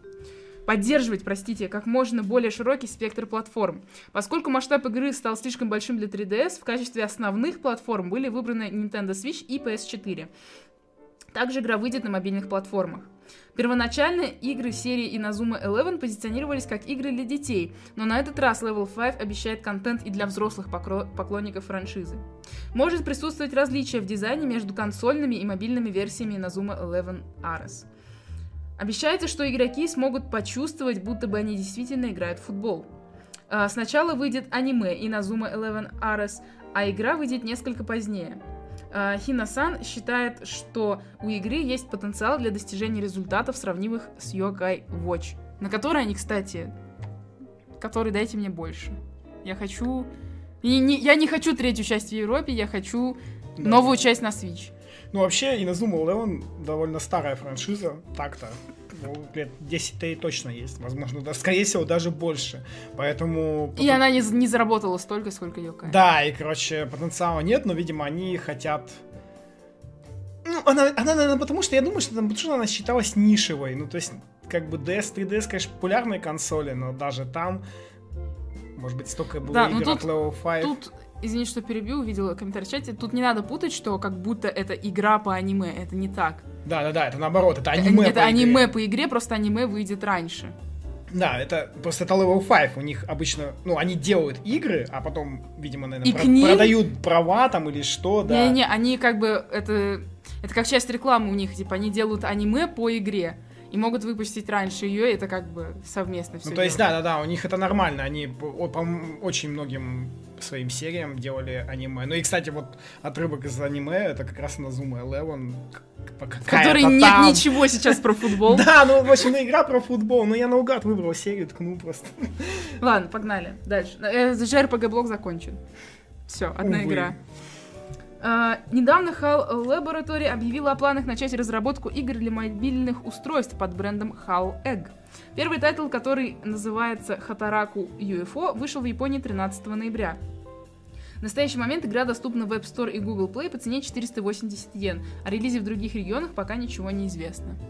более широкий спектр платформ. Поскольку масштаб игры стал слишком большим для 3DS, в качестве основных платформ были выбраны Nintendo Switch и PS4. Также игра выйдет на мобильных платформах. Первоначально игры серии Inazuma 11 позиционировались как игры для детей, но на этот раз Level 5 обещает контент и для взрослых поклонников франшизы. Может присутствовать различия в дизайне между консольными и мобильными версиями Inazuma 11 Ares. Обещается, что игроки смогут почувствовать, будто бы они действительно играют в футбол. Сначала выйдет аниме Inazuma 11 Ares, а игра выйдет несколько позднее. Хина-сан считает, что у игры есть потенциал для достижения результатов, сравнимых с Yokai Watch, на который они, кстати, дайте мне больше. Я хочу... Я не хочу третью часть в Европе, я хочу новую часть на Switch. Ну, вообще, Inazuma 11 довольно старая франшиза, так-то. Лет 10-то точно есть, возможно, да, скорее всего, даже больше. Поэтому... И она не заработала столько, сколько Yokai. Да, и, короче, потенциала нет, но, видимо, они хотят... Ну, она, наверное, потому что я думаю, что она считалась нишевой. Ну, то есть, как бы DS, 3DS, конечно, популярные консоли, но даже там, может быть, столько было игр от Level 5. Тут, извини, что перебью, увидела комментарий в чате, тут не надо путать, что как будто это игра по аниме, это не так. Да, это наоборот, это аниме это аниме по игре, просто аниме выйдет раньше. Да, это просто это Level 5, у них обычно, они делают игры, а потом, видимо, наверное, продают права там или что, да. Не-не, они как бы, это как часть рекламы у них, типа, они делают аниме по игре. И могут выпустить раньше ее, это как бы совместно все. Ну, то есть, да, у них это нормально. Они по очень многим своим сериям делали аниме. Ну и, кстати, вот отрывок из аниме, это как раз Inazuma 11. В которой нет ничего сейчас про футбол. Да, в общем, игра про футбол. Но я наугад выбрал серию, ткнул просто. Ладно, погнали. Дальше. JRPG-блок закончен. Все, одна игра. Недавно HAL Laboratory объявила о планах начать разработку игр для мобильных устройств под брендом HAL Egg. Первый тайтл, который называется Hataraku UFO, вышел в Японии 13 ноября. В настоящий момент игра доступна в App Store и Google Play по цене 480 йен. О релизе в других регионах пока ничего не известно.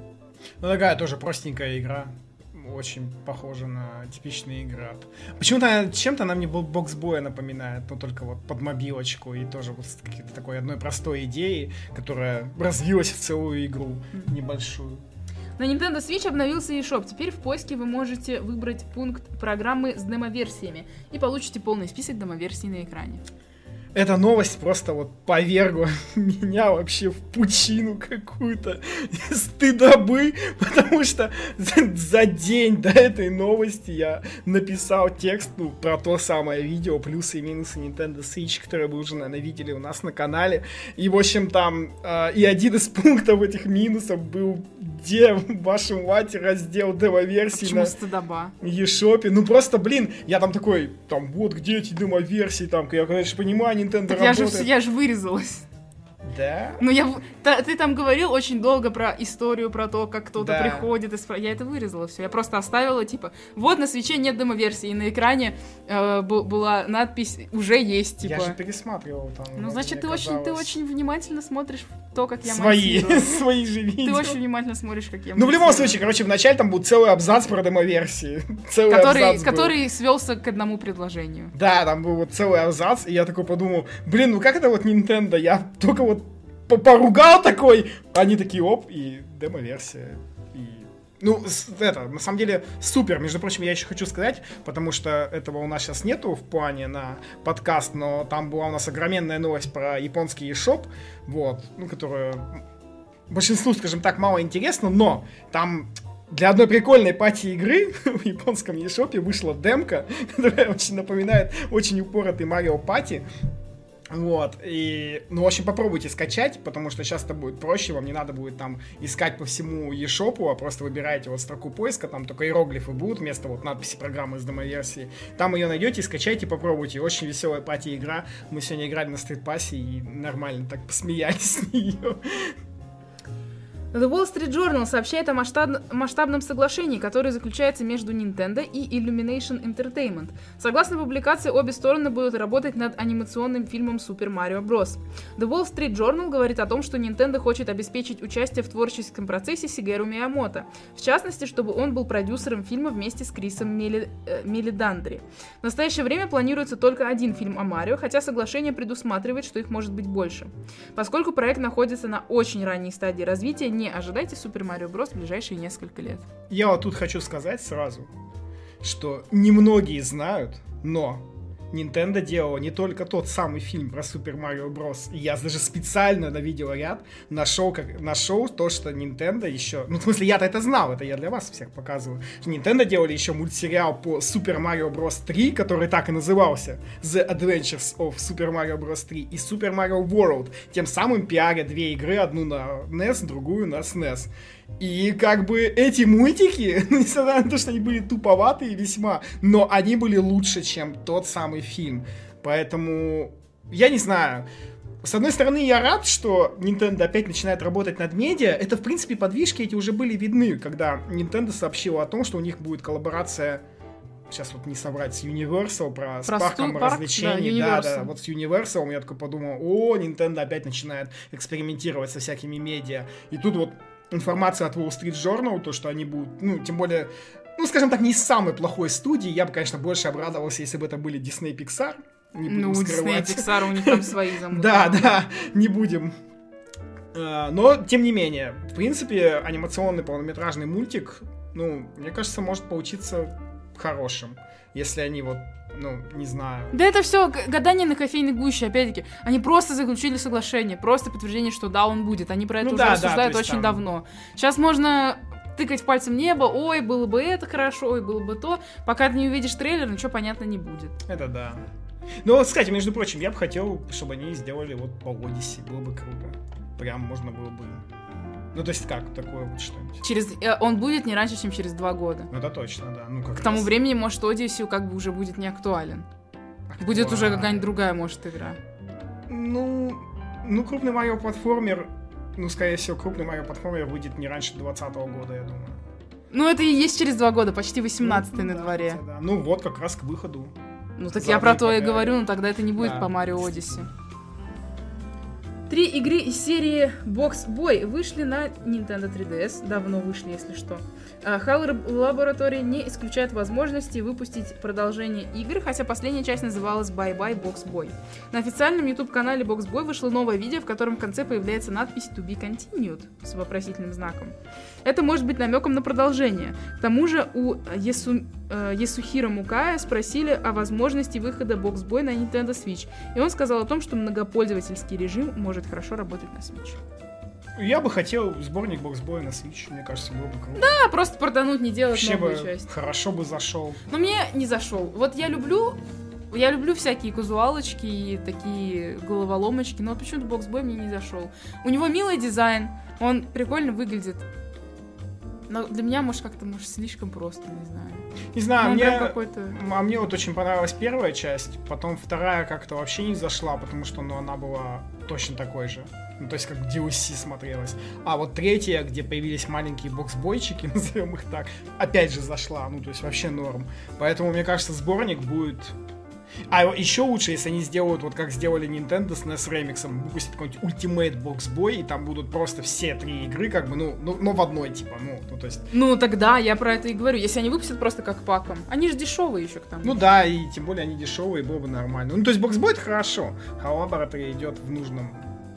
Ну, такая тоже простенькая игра. Очень похожа на типичные игры. Почему-то чем-то она мне боксбоя напоминает, но только вот под мобилочку и тоже вот с какой-то такой одной простой идеей, которая развилась в целую игру небольшую. На Nintendo Switch обновился eShop. Теперь в поиске вы можете выбрать пункт программы с демо-версиями и получите полный список демо-версий на экране. Эта новость просто вот повергла меня вообще в пучину какую-то стыдобы, потому что за день до этой новости я написал текст про то самое видео, плюсы и минусы Nintendo Switch, которое вы уже, наверное, видели у нас на канале. И, в общем, там и один из пунктов этих минусов был, где, вашу мать, раздел демо-версий на eShop. Ну, просто, блин, я там такой, там, вот где эти демо-версии, там, я, конечно, понимаю, Nintendo так работает. Я же вырезалась. Да? Ну, ты там говорил очень долго про историю, про то, как кто-то приходит. Я это вырезала все. Я просто оставила, типа, вот на свитче нет демо-версии, и на экране была надпись «Уже есть», типа. Я же пересматривал там. Ну, значит, ты очень внимательно смотришь то, как я монтирую. Свои же видео. Ты очень внимательно смотришь, как я монтирую. Ну, в любом случае, короче, вначале там был целый абзац про демо-версии. Который свелся к одному предложению. Да, там был вот целый абзац, и я такой подумал, блин, ну как это вот Nintendo? Я только вот поругал такой, они такие, оп, и демо-версия. Ну, это, на самом деле, супер. Между прочим, я еще хочу сказать, потому что этого у нас сейчас нету в плане на подкаст, но там была у нас огроменная новость про японский eShop, вот, ну, которая большинству, скажем так, мало интересна, но там для одной прикольной пати игры в японском eShop вышла демка, которая очень напоминает очень упоротый Марио Пати. Вот, и, ну, в общем, попробуйте скачать, потому что сейчас это будет проще, вам не надо будет там искать по всему eShop, а просто выбираете вот строку поиска, там только иероглифы будут вместо вот надписи программы с демо-версии, там ее найдете, скачайте, попробуйте, очень веселая пати-игра, мы сегодня играли на стрит-пассе и нормально так посмеялись с нее. The Wall Street Journal сообщает о масштабном соглашении, которое заключается между Nintendo и Illumination Entertainment. Согласно публикации, обе стороны будут работать над анимационным фильмом Super Mario Bros. The Wall Street Journal говорит о том, что Nintendo хочет обеспечить участие в творческом процессе Сигеру Миямото, в частности, чтобы он был продюсером фильма вместе с Крисом Мелидандри. В настоящее время планируется только один фильм о Марио, хотя соглашение предусматривает, что их может быть больше. Поскольку проект находится на очень ранней стадии развития, не ожидайте Super Mario Bros. В ближайшие несколько лет. Я вот тут хочу сказать сразу, что немногие знают, но Nintendo делала не только тот самый фильм про Super Mario Bros. И я даже специально на видеоряд нашел то, что Nintendo еще... Ну, в смысле, я-то это знал, это я для вас всех показываю. Nintendo делали еще мультсериал по Super Mario Bros. 3, который так и назывался The Adventures of Super Mario Bros. 3, и Super Mario World, тем самым пиаря две игры, одну на NES, другую на SNES. И как бы эти мультики, несмотря на то, что они были туповатые весьма, но они были лучше, чем тот самый фильм. Поэтому, я не знаю. С одной стороны, я рад, что Nintendo опять начинает работать над медиа. Это, в принципе, подвижки эти уже были видны, когда Nintendo сообщила о том, что у них будет коллаборация, сейчас вот не соврать, с Universal, с парком развлечений. Да, вот с Universal я такой подумал, Nintendo опять начинает экспериментировать со всякими медиа. И тут вот информация от Wall Street Journal, то, что они будут, ну, тем более, ну, скажем так, не из самой плохой студии. Я бы, конечно, больше обрадовался, если бы это были Disney и Pixar. Не будем скрывать. Disney и Pixar, у них там свои замуты. Да, не будем. Но, тем не менее, в принципе, анимационный полнометражный мультик, ну, мне кажется, может получиться хорошим, если они вот, ну, не знаю. Да это все гадание на кофейной гуще, опять-таки. Они просто заключили соглашение, просто подтверждение, что да, он будет. Они про это уже рассуждают очень давно. Сейчас можно тыкать пальцем в небо, ой, было бы это хорошо, ой, было бы то. Пока ты не увидишь трейлер, ничего понятно не будет. Это да. Ну, вот, кстати, между прочим, я бы хотел, чтобы они сделали вот по Одиссе. Было бы круто. Прям можно было бы... Ну, то есть как? Такое вот что-нибудь. Он будет не раньше, чем через 2 года. Ну, это точно, да. Ну, как К тому времени, может, Одиссию как бы уже будет не актуален. Будет уже какая-нибудь другая, может, игра. Ну, крупный Марио-платформер... Ну, скорее всего, крупный Марио-платформер выйдет не раньше 2020 года, я думаю. Ну, это и есть через 2 года, почти 18-й на дворе. Да. Ну, вот как раз к выходу. Ну, так я про то и говорю, но тогда это не будет по Марио Одиссе. 3 игры из серии Box Boy вышли на Nintendo 3DS. Давно вышли, если что. HAL Laboratory не исключает возможности выпустить продолжение игр, хотя последняя часть называлась Bye Bye Box Boy. На официальном YouTube-канале Box Boy вышло новое видео, в котором в конце появляется надпись To be continued с вопросительным знаком. Это может быть намеком на продолжение. К тому же у Ясухиро Мукая спросили о возможности выхода Box Boy на Nintendo Switch, и он сказал о том, что многопользовательский режим может хорошо работать на Switch. Я бы хотел сборник боксбоя на Switch, мне кажется, было бы круто. Да, просто портануть, не делать вообще новую бы часть. Хорошо бы зашел. Но мне не зашел. Вот я люблю всякие казуалочки и такие головоломочки, но почему-то боксбой мне не зашел. У него милый дизайн, он прикольно выглядит. Но для меня, может, как-то слишком просто, не знаю. Не знаю, мне вот очень понравилась первая часть, потом вторая как-то вообще не зашла, потому что она была точно такой же. Ну, то есть как DLC смотрелась. А вот третья, где появились маленькие боксбойчики, назовем их так, опять же зашла. Ну, то есть вообще норм. Поэтому, мне кажется, сборник будет... А еще лучше, если они сделают, вот как сделали Nintendo с NES Remix, выпустят какой-нибудь Ultimate Box Boy, и там будут просто все 3 игры, как бы, ну в одной, типа, то есть... Ну, тогда я про это и говорю. Если они выпустят просто как паком. Они же дешевые еще к тому. Ну да, и тем более они дешевые, было бы нормально. Ну, то есть Box Boy это хорошо. HAL Laboratory идет в нужном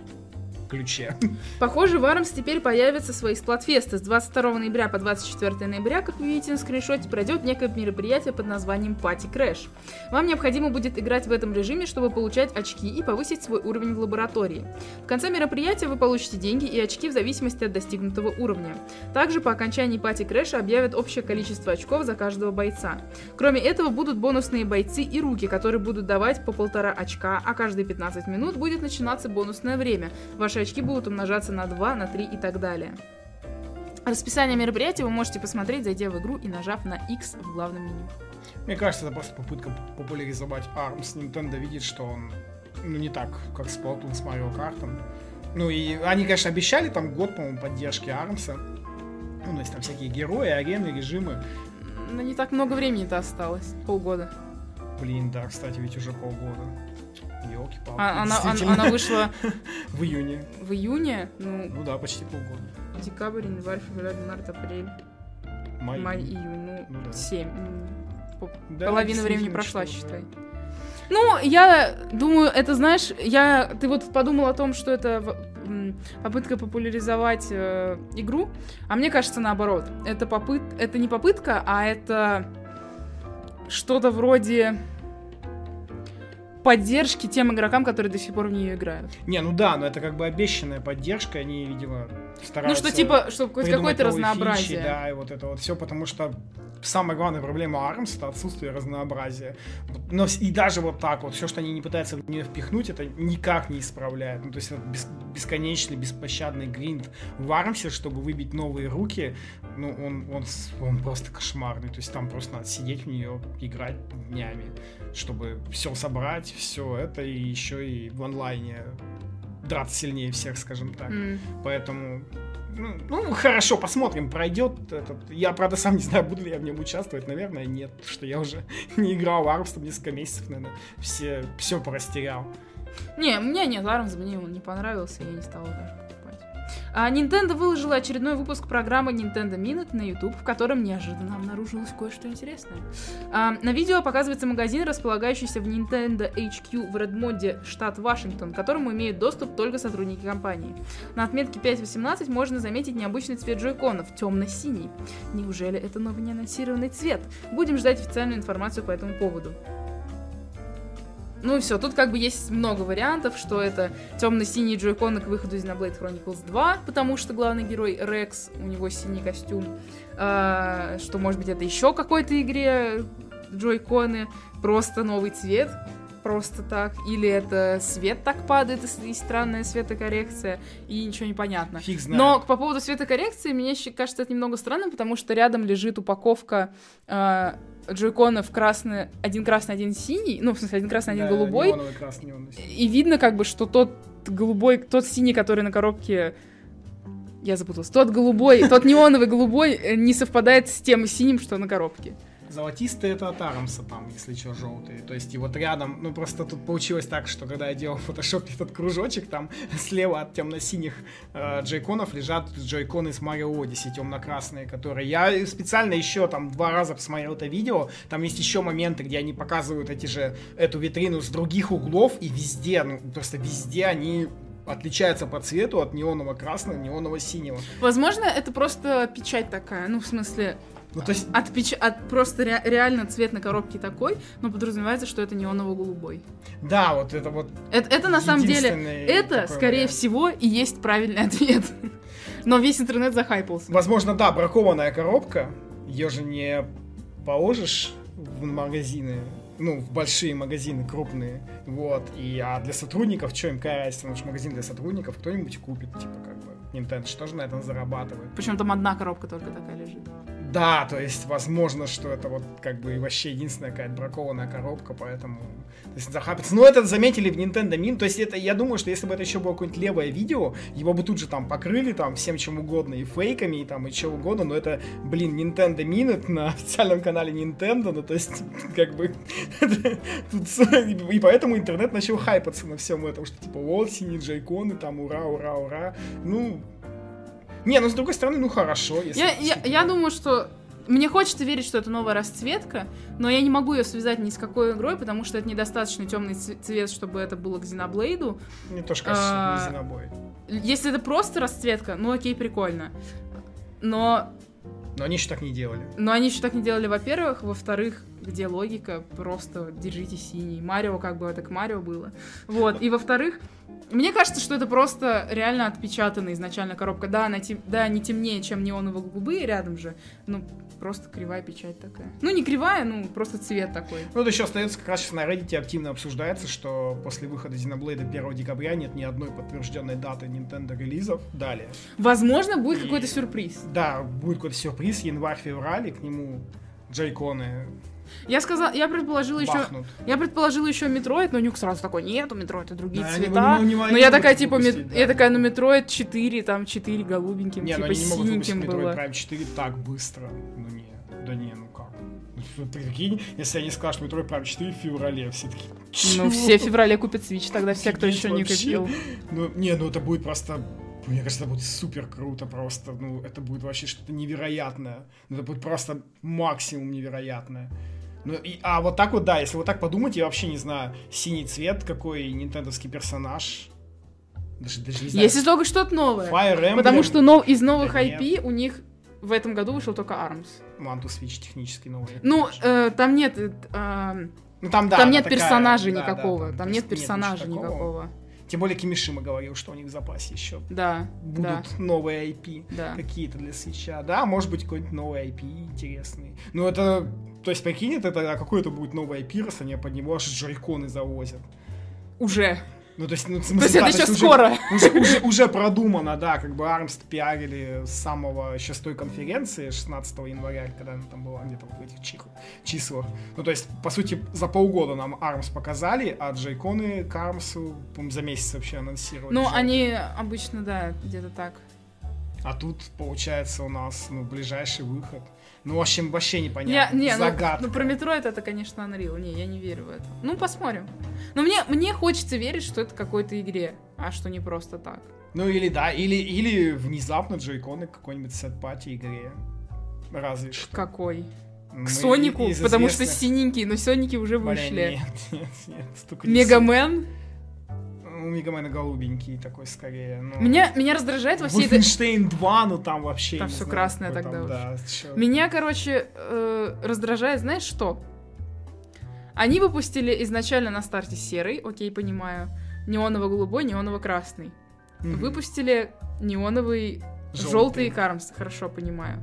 ключе. Похоже, в ARMS теперь появятся свои сплатфесты. С 22 ноября по 24 ноября, как вы видите на скриншоте, пройдет некое мероприятие под названием Party Crash. Вам необходимо будет играть в этом режиме, чтобы получать очки и повысить свой уровень в лаборатории. В конце мероприятия вы получите деньги и очки в зависимости от достигнутого уровня. Также по окончании Party Crash объявят общее количество очков за каждого бойца. Кроме этого, будут бонусные бойцы и руки, которые будут давать по 1,5 очка, а каждые 15 минут будет начинаться бонусное время. Ваши очки будут умножаться на 2, на 3 и так далее. Расписание мероприятия вы можете посмотреть, зайдя в игру и нажав на X в главном меню. Мне кажется, это просто попытка популяризовать ARMS. Nintendo видит, что он не так, как Splatoon с Mario Kart'ом. Ну и они, конечно, обещали там год, по-моему, поддержки ARMS'а. Ну, то есть там всякие герои, арены, режимы. Но не так много времени-то осталось. Полгода. Блин, да, кстати, ведь уже полгода. Ёлки-палки. Она вышла... в июне. В июне? Ну да, почти полгода. Декабрь, январь, февраль, март, апрель. Май, июнь. Ну, да. 7. Половина времени прошла, считай. Ну, я думаю, это, знаешь, ты вот подумал о том, что это попытка популяризовать игру, а мне кажется, наоборот. Это не попытка, а это что-то вроде поддержки тем игрокам, которые до сих пор в нее играют. Не, ну да, но это как бы обещанная поддержка, они, видимо, стараются... Ну, что типа, чтобы какое-то разнообразие. Фичи, да, и вот это вот все, потому что самая главная проблема ARMS — это отсутствие разнообразия. Но и даже вот так вот, все, что они не пытаются в нее впихнуть, это никак не исправляет. Ну, то есть это бесконечный, беспощадный гринд в ARMS, чтобы выбить новые руки, ну, он просто кошмарный. То есть там просто надо сидеть в нее, играть днями, чтобы все собрать, все это, и еще и в онлайне драться сильнее всех, скажем так. Поэтому... Ну, хорошо, посмотрим, пройдет этот... Я, правда, сам не знаю, буду ли я в нем участвовать. Наверное, нет, потому что я уже не играл в ARMS там несколько месяцев, наверное, все порастерял. Не, у меня нет, ARMS мне он не понравился, я не стала даже покупать. Nintendo выложила очередной выпуск программы Nintendo Minute на YouTube, в котором неожиданно обнаружилось кое-что интересное. На видео показывается магазин, располагающийся в Nintendo HQ в Редмонде, штат Вашингтон, к которому имеют доступ только сотрудники компании. На отметке 5.18 можно заметить необычный цвет джойконов, темно-синий. Неужели это новый неанонсированный цвет? Будем ждать официальную информацию по этому поводу. Ну и все, тут как бы есть много вариантов, что это темно-синие джойконы к выходу из Xenoblade Chronicles 2, потому что главный герой Рекс, у него синий костюм, что может быть это еще какой-то игре джойконы, просто новый цвет, просто так, или это свет так падает и странная светокоррекция, и ничего не понятно. Фиг знает. Но по поводу светокоррекции, мне кажется, это немного странно, потому что рядом лежит упаковка джойконов один красный, один синий, ну, в смысле, один красный, один голубой. Неоновый, красный, неоновый. И видно, как бы, что тот синий, который на коробке, я запуталась, тот неоновый голубой не совпадает с тем синим, что на коробке. Золотистые это от Армса там, если что, желтые. То есть и вот рядом, ну просто тут получилось так, что когда я делал в фотошопе этот кружочек, там слева от темно-синих джойконов лежат джойконы с Mario Odyssey, темно-красные, которые... Я специально еще там 2 раза посмотрел это видео, там есть еще моменты, где они показывают эту витрину с других углов, и везде, ну просто везде они... отличается по цвету от неонового красного, неонового синего. Возможно, это просто печать такая, ну, в смысле, Ну, то есть... просто реально цвет на коробке такой, но подразумевается, что это неоново-голубой. Да, вот это вот... Это на самом деле, это, скорее вариант. Всего, и есть правильный ответ. Но весь интернет захайпался. Возможно, да, бракованная коробка, ее же не положишь в магазины, ну, в большие магазины, крупные, вот, а для сотрудников, что им какая разница, потому что магазин для сотрудников кто-нибудь купит, типа, как бы, Nintendo что же на этом зарабатывает. Причем там одна коробка только такая лежит. Да, то есть, возможно, что это вот, как бы, и вообще единственная какая-то бракованная коробка, поэтому, то есть, захапится. Но это заметили в Nintendo Mini, то есть, это, я думаю, что если бы это еще было какое-нибудь левое видео, его бы тут же там покрыли, там, всем чем угодно, и фейками, и там, и чем угодно, но это, блин, Nintendo Mini на официальном канале Nintendo, ну, то есть, как бы, и поэтому интернет начал хайпаться на всем этом, что, типа, вот, синие джойконы, там, ура, ура, ура, ну... Не, ну с другой стороны, ну хорошо. Если я думаю, что... Мне хочется верить, что это новая расцветка, но я не могу ее связать ни с какой игрой, потому что это недостаточно темный цвет, чтобы это было к Xenoblade. Мне тоже кажется, не Xenoblade. Если это просто расцветка, ну окей, прикольно. Но они еще так не делали. Но они еще так не делали, во-первых. Во-вторых, где логика? Просто держите синий. Марио, как бы это к Марио было. Вот. И во-вторых, мне кажется, что это просто реально отпечатанная изначально коробка. Да, она не темнее, чем неоново-голубые рядом же. Ну, просто кривая печать такая. Ну, не кривая, ну, просто цвет такой. Ну, это еще остается, как раз сейчас на Reddit активно обсуждается, что после выхода Xenoblade 1 декабря нет ни одной подтвержденной даты Nintendo релизов. Далее. Возможно, будет какой-то сюрприз. Да, будет какой-то сюрприз, январь-февраль, и к нему джойконы... Я предположила еще Метроид, но Нюк сразу такой, нет, у Метроида другие цвета. Но я такая, типа, ну Метроид 4, там 4 голубеньким, не, типа синеньким было. Metroid Prime 4 так быстро. Ну не, ну как. Прикинь, если они скажут Metroid Prime 4 в феврале, все такие... Ну все в феврале купят Switch, тогда все, кто еще не купил. Ну это будет просто... Мне кажется, это будет супер круто просто. Ну, это будет вообще что-то невероятное. Ну, это будет просто максимум невероятное. Ну, а вот так вот, да, если вот так подумать, я вообще не знаю, синий цвет, какой нинтендовский персонаж. Даже не знаю. Если только что-то новое. Fire Emblem. Потому что из новых IP у них в этом году вышел только ARMS. One to Switch технически новый. Ну, там нет... Ну, там нет персонажа никакого. Там нет персонажа никакого. Тем более Кимишима говорил, что у них в запасе еще будут новые IP какие-то для Switch'а. Да, может быть, какой-нибудь новый IP интересный. Ну, это... То есть, прикинь, это какой-то будет новый IP, раз они под него аж джойконы завозят. Уже. Ну, то есть, то есть это еще скоро. Уже продумано, да, как бы ARMS пиарили с самого еще с той конференции 16 января, когда она там была где-то в этих числах. Ну, то есть, по сути, за полгода нам ARMS показали, а джойконы к ARMS, по-моему, за месяц вообще анонсировали. Ну, они обычно, да, где-то так. А тут, получается, у нас, ближайший выход. Ну, в общем, вообще непонятно. Загадка. Ну, про Metroid это, конечно, Unreal. Не, я не верю в это. Ну, посмотрим. Но мне хочется верить, что это какой-то игре, а что не просто так. Ну, или да, или внезапно джойконы к какой-нибудь сет-пати игре. Разве что. Какой? К Сонику, потому что синенький, но Соники уже вышли. Нет. Мегамен? У Мегамена голубенький такой скорее. Меня раздражает во всей этой... Wolfenstein 2, ну там вообще там не все знаю, красное тогда там, уже. Да, меня, короче, раздражает, знаешь что? Они выпустили изначально на старте серый, окей, понимаю, неоново-голубой, неоново-красный. Выпустили неоновый желтый Кармс, хорошо понимаю.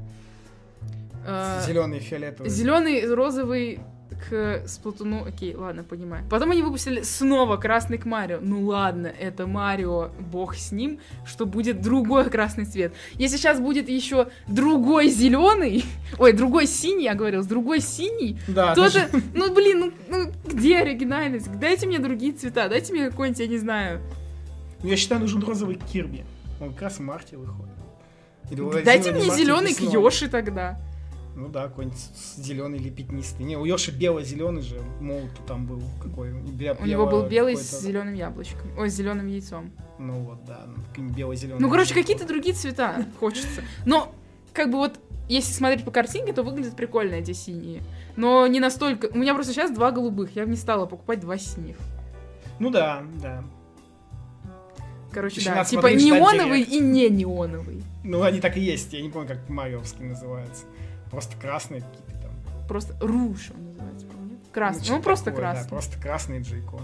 Зеленый, фиолетовый. Зеленый, розовый к Сплатуну, окей, ладно, понимаю. Потом они выпустили снова красный к Марио. Ну ладно, это Марио, бог с ним, что будет другой красный цвет. Если сейчас будет еще другой зеленый, другой синий, я говорил, другой синий, да, то это, ну где оригинальность? Дайте мне другие цвета, дайте мне какой-нибудь, я не знаю. Я считаю, нужен розовый Кирби. Он как раз в марте выходит. Дайте мне зеленый к Йоши тогда. Ну да, какой-нибудь зеленый или пятнистый. Не, у Йоши бело-зеленый же молот там был какой. У него был белый с зеленым яблочком. Ой, с зеленым яйцом. Ну вот, да, бело-зеленый. Ну, короче, какие-то другие цвета хочется. Но, как бы вот, если смотреть по картинке, то выглядят прикольно эти синие. Но не настолько... У меня просто сейчас 2 голубых. Я бы не стала покупать 2 синих. Ну да, да. Короче, Еще да, надо типа смотреть, неоновый и не неоновый. Ну, они так и есть. Я не помню, как мариовский называется. Просто красные какие-то там. Просто руж он называется, по-моему. Красный. Ну, что просто такое, красный. Да, просто красный джейкон.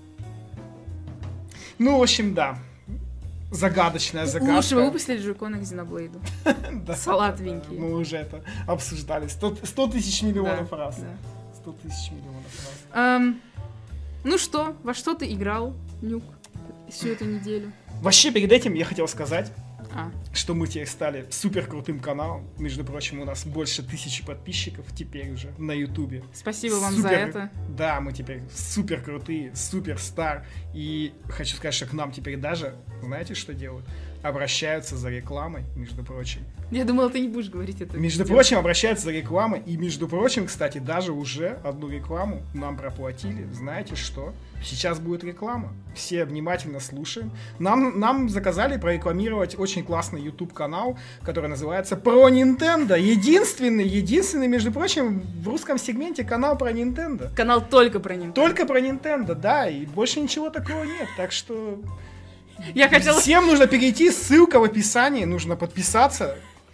Ну, в общем, да. Загадочная загадка. Лучше бы выпустили джейкона к Xenoblade. Да. Салатовенький. Мы уже это обсуждали. 100 тысяч миллионов раз. Да. 100 тысяч миллионов раз. Ну что, во что ты играл, Нюк, всю эту неделю? Вообще, перед этим я хотел сказать, А. что мы теперь стали супер крутым каналом. Между прочим, у нас больше 1000 подписчиков теперь уже на Ютубе. Спасибо вам за это. Да, мы теперь супер крутые, супер стар. И хочу сказать, что к нам теперь даже, знаете, что делают? Обращаются за рекламой, между прочим. Я думала, ты не будешь говорить это. Между прочим, обращаются за рекламой. И, между прочим, кстати, даже уже одну рекламу нам проплатили. Знаете что? Сейчас будет реклама. Все внимательно слушаем. Нам заказали прорекламировать очень классный YouTube-канал, который называется «Про Nintendo». Единственный, между прочим, в русском сегменте канал про Nintendo. Канал только про Nintendo. Только про Nintendo, да. И больше ничего такого нет. Так что... Я хотела... Всем нужно перейти, ссылка в описании, нужно подписаться.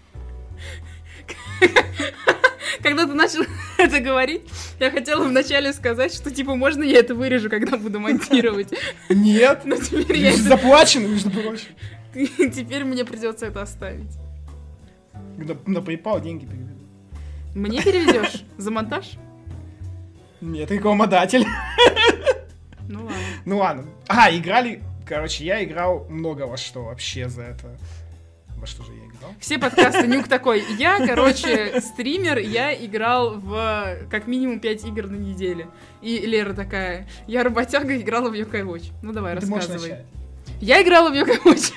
Когда ты начал это говорить, я хотела вначале сказать, что, типа, можно я это вырежу, когда буду монтировать. Нет, но теперь я... заплачено, между прочим. Теперь мне придется это оставить. На PayPal деньги переведу. Мне переведешь? За монтаж? Нет, рекламодатель. Ну ладно. Ну ладно. Играли... Короче, я играл много во что вообще за это. Во что же я играл? Все подкасты Нюк такой. Я, короче, стример, я играл в как минимум 5 игр на неделю. И Лера такая, я работяга, играла в Yokai Watch. Ну давай, Ты рассказывай. можешь начать. Я играла в Yokai Watch.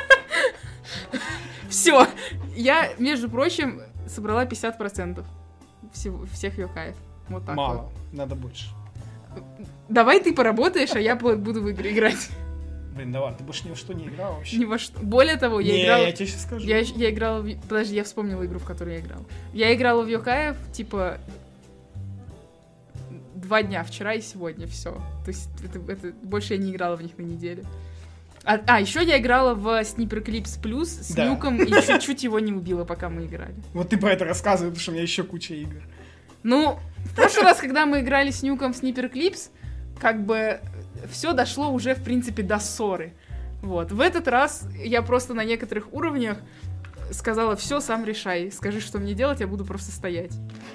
Все. Я, между прочим, собрала 50% всех Йокаев. Вот так. Мало, вот. надо больше. Давай ты поработаешь, а я буду в игры играть. Блин, давай, ты больше ни во что не играл вообще? Ни во что. Более того, я играла... я тебе сейчас скажу. Я играла в... Подожди, я вспомнила игру, в которую я играла. Я играла в Йокаев, типа, 2 дня, вчера и сегодня, все. То есть это больше я не играла в них на неделю. Еще я играла в Sniper Clips Plus с Нюком и чуть-чуть его не убила, пока мы играли. Вот ты про это рассказывай, потому что у меня еще куча игр. Ну, в прошлый раз, когда мы играли с Нюком в Sniper Clips, как бы все дошло уже, в принципе, до ссоры. Вот. В этот раз я просто на некоторых уровнях сказала, все, сам решай. Скажи, что мне делать, я буду просто стоять.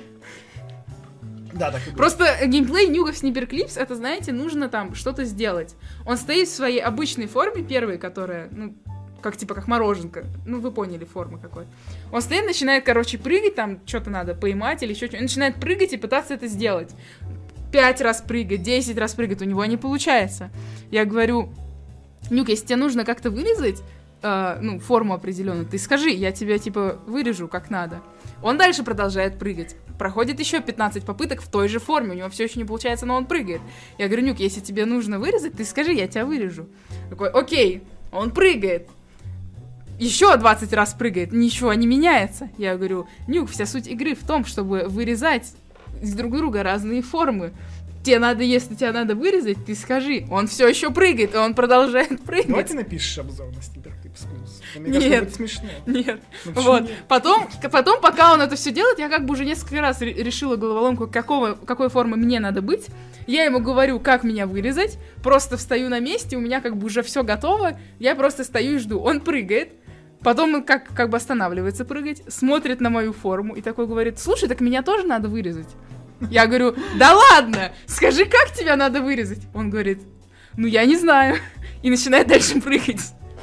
Да, так и было. Просто геймплей Нюга в Sniper Clips, это, знаете, нужно там что-то сделать. Он стоит в своей обычной форме, первой, которая, ну, как мороженка. Ну, вы поняли, форма какой. Он стоит, начинает, короче, прыгать, там что-то надо поймать или еще что-то. Он начинает прыгать и пытаться это сделать. 5 раз прыгать, 10 раз прыгать, у него не получается. Я говорю, Нюк, если тебе нужно как-то вырезать, форму определенную, ты скажи, я тебя, типа, вырежу как надо. Он дальше продолжает прыгать. Проходит еще 15 попыток в той же форме, у него все еще не получается, но он прыгает. Я говорю, Нюк, если тебе нужно вырезать, ты скажи, я тебя вырежу. Такой, окей, он прыгает. Еще 20 раз прыгает, ничего не меняется. Я говорю, Нюк, вся суть игры в том, чтобы вырезать из друг друга разные формы. Если тебе надо вырезать, ты скажи. Он все еще прыгает, и он продолжает прыгать. Давай ты напишешь обзор на Sniper Clips Plus. Мне Нет. кажется, будет смешно. Нет. Ну, Вот. нет? Потом, пока он это все делает, я как бы уже несколько раз решила головоломку, какой формы мне надо быть. Я ему говорю, как меня вырезать. Просто встаю на месте, у меня как бы уже все готово. Я просто стою и жду. Он прыгает. Потом он как бы останавливается прыгать, смотрит на мою форму и такой говорит, слушай, так меня тоже надо вырезать. Я говорю, да ладно, скажи, как тебя надо вырезать? Он говорит, ну я не знаю. И начинает дальше прыгать.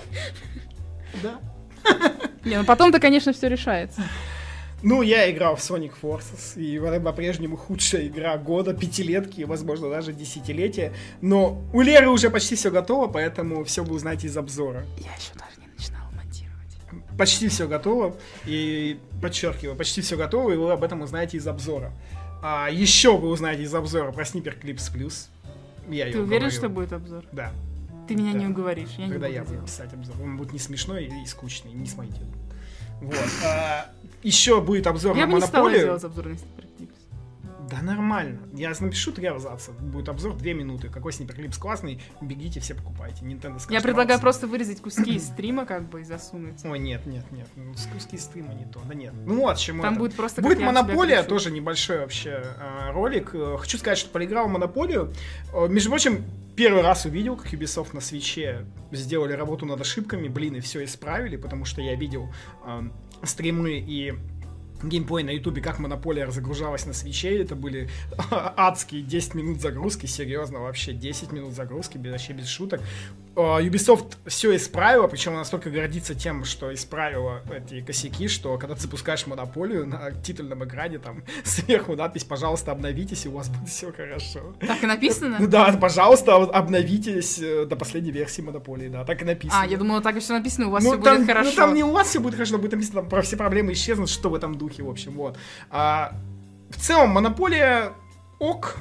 Да. Не, ну потом-то, конечно, все решается. Ну, я играл в Sonic Forces, и по-прежнему худшая игра года, 5-летки, возможно, даже десятилетия. Но у Леры уже почти все готово, поэтому все вы узнаете из обзора. Я еще даже не начинала монтировать. почти все готово. И, подчеркиваю, почти все готово, и вы об этом узнаете из обзора. А еще вы узнаете из обзора про Sniper Clips Plus. Ты уверен, что будет обзор? Да. Ты меня не уговоришь, я Тогда не я буду буду делать. писать обзор. Он будет не смешной и скучный, не смотрите. Вот. Еще будет обзор Я на бы не стала Монополию. делать обзор на Sniper Clips. Да нормально. Я напишу 3 абзаца. Будет обзор 2 минуты. Какой Sniper Clips классный. Бегите, все покупайте. Nintendo скажет, Я предлагаю молодцы. просто вырезать куски из стрима, как бы, и засунуть. Ой, нет. Ну, куски стрима не то. Да нет. Ну вот, чему Там это. будет просто Будет как я тебя Монополия, кричу. тоже небольшой вообще ролик. Хочу сказать, что поиграл в Монополию. Между прочим, первый раз увидел, как Ubisoft на свитче сделали работу над ошибками, блин, и все исправили, потому что я видел стримы и геймплей на ютубе, как Монополия загружалась на свитче. Это были адские 10 минут загрузки, серьезно, вообще 10 минут загрузки, вообще без шуток. Ubisoft все исправила, причем она настолько гордится тем, что исправила эти косяки, что когда ты запускаешь Монополию на титульном экране, там сверху надпись «Пожалуйста, обновитесь, и у вас будет все хорошо». Так и написано? Ну да, пожалуйста, обновитесь до последней версии Монополии, да, так и написано. А, я думала, так и все написано, у вас Ну, все там, будет хорошо. Ну, там не у вас все будет хорошо, будет написано, там, про все проблемы исчезнут, что в этом духе, в общем, вот. В целом, Монополия ок.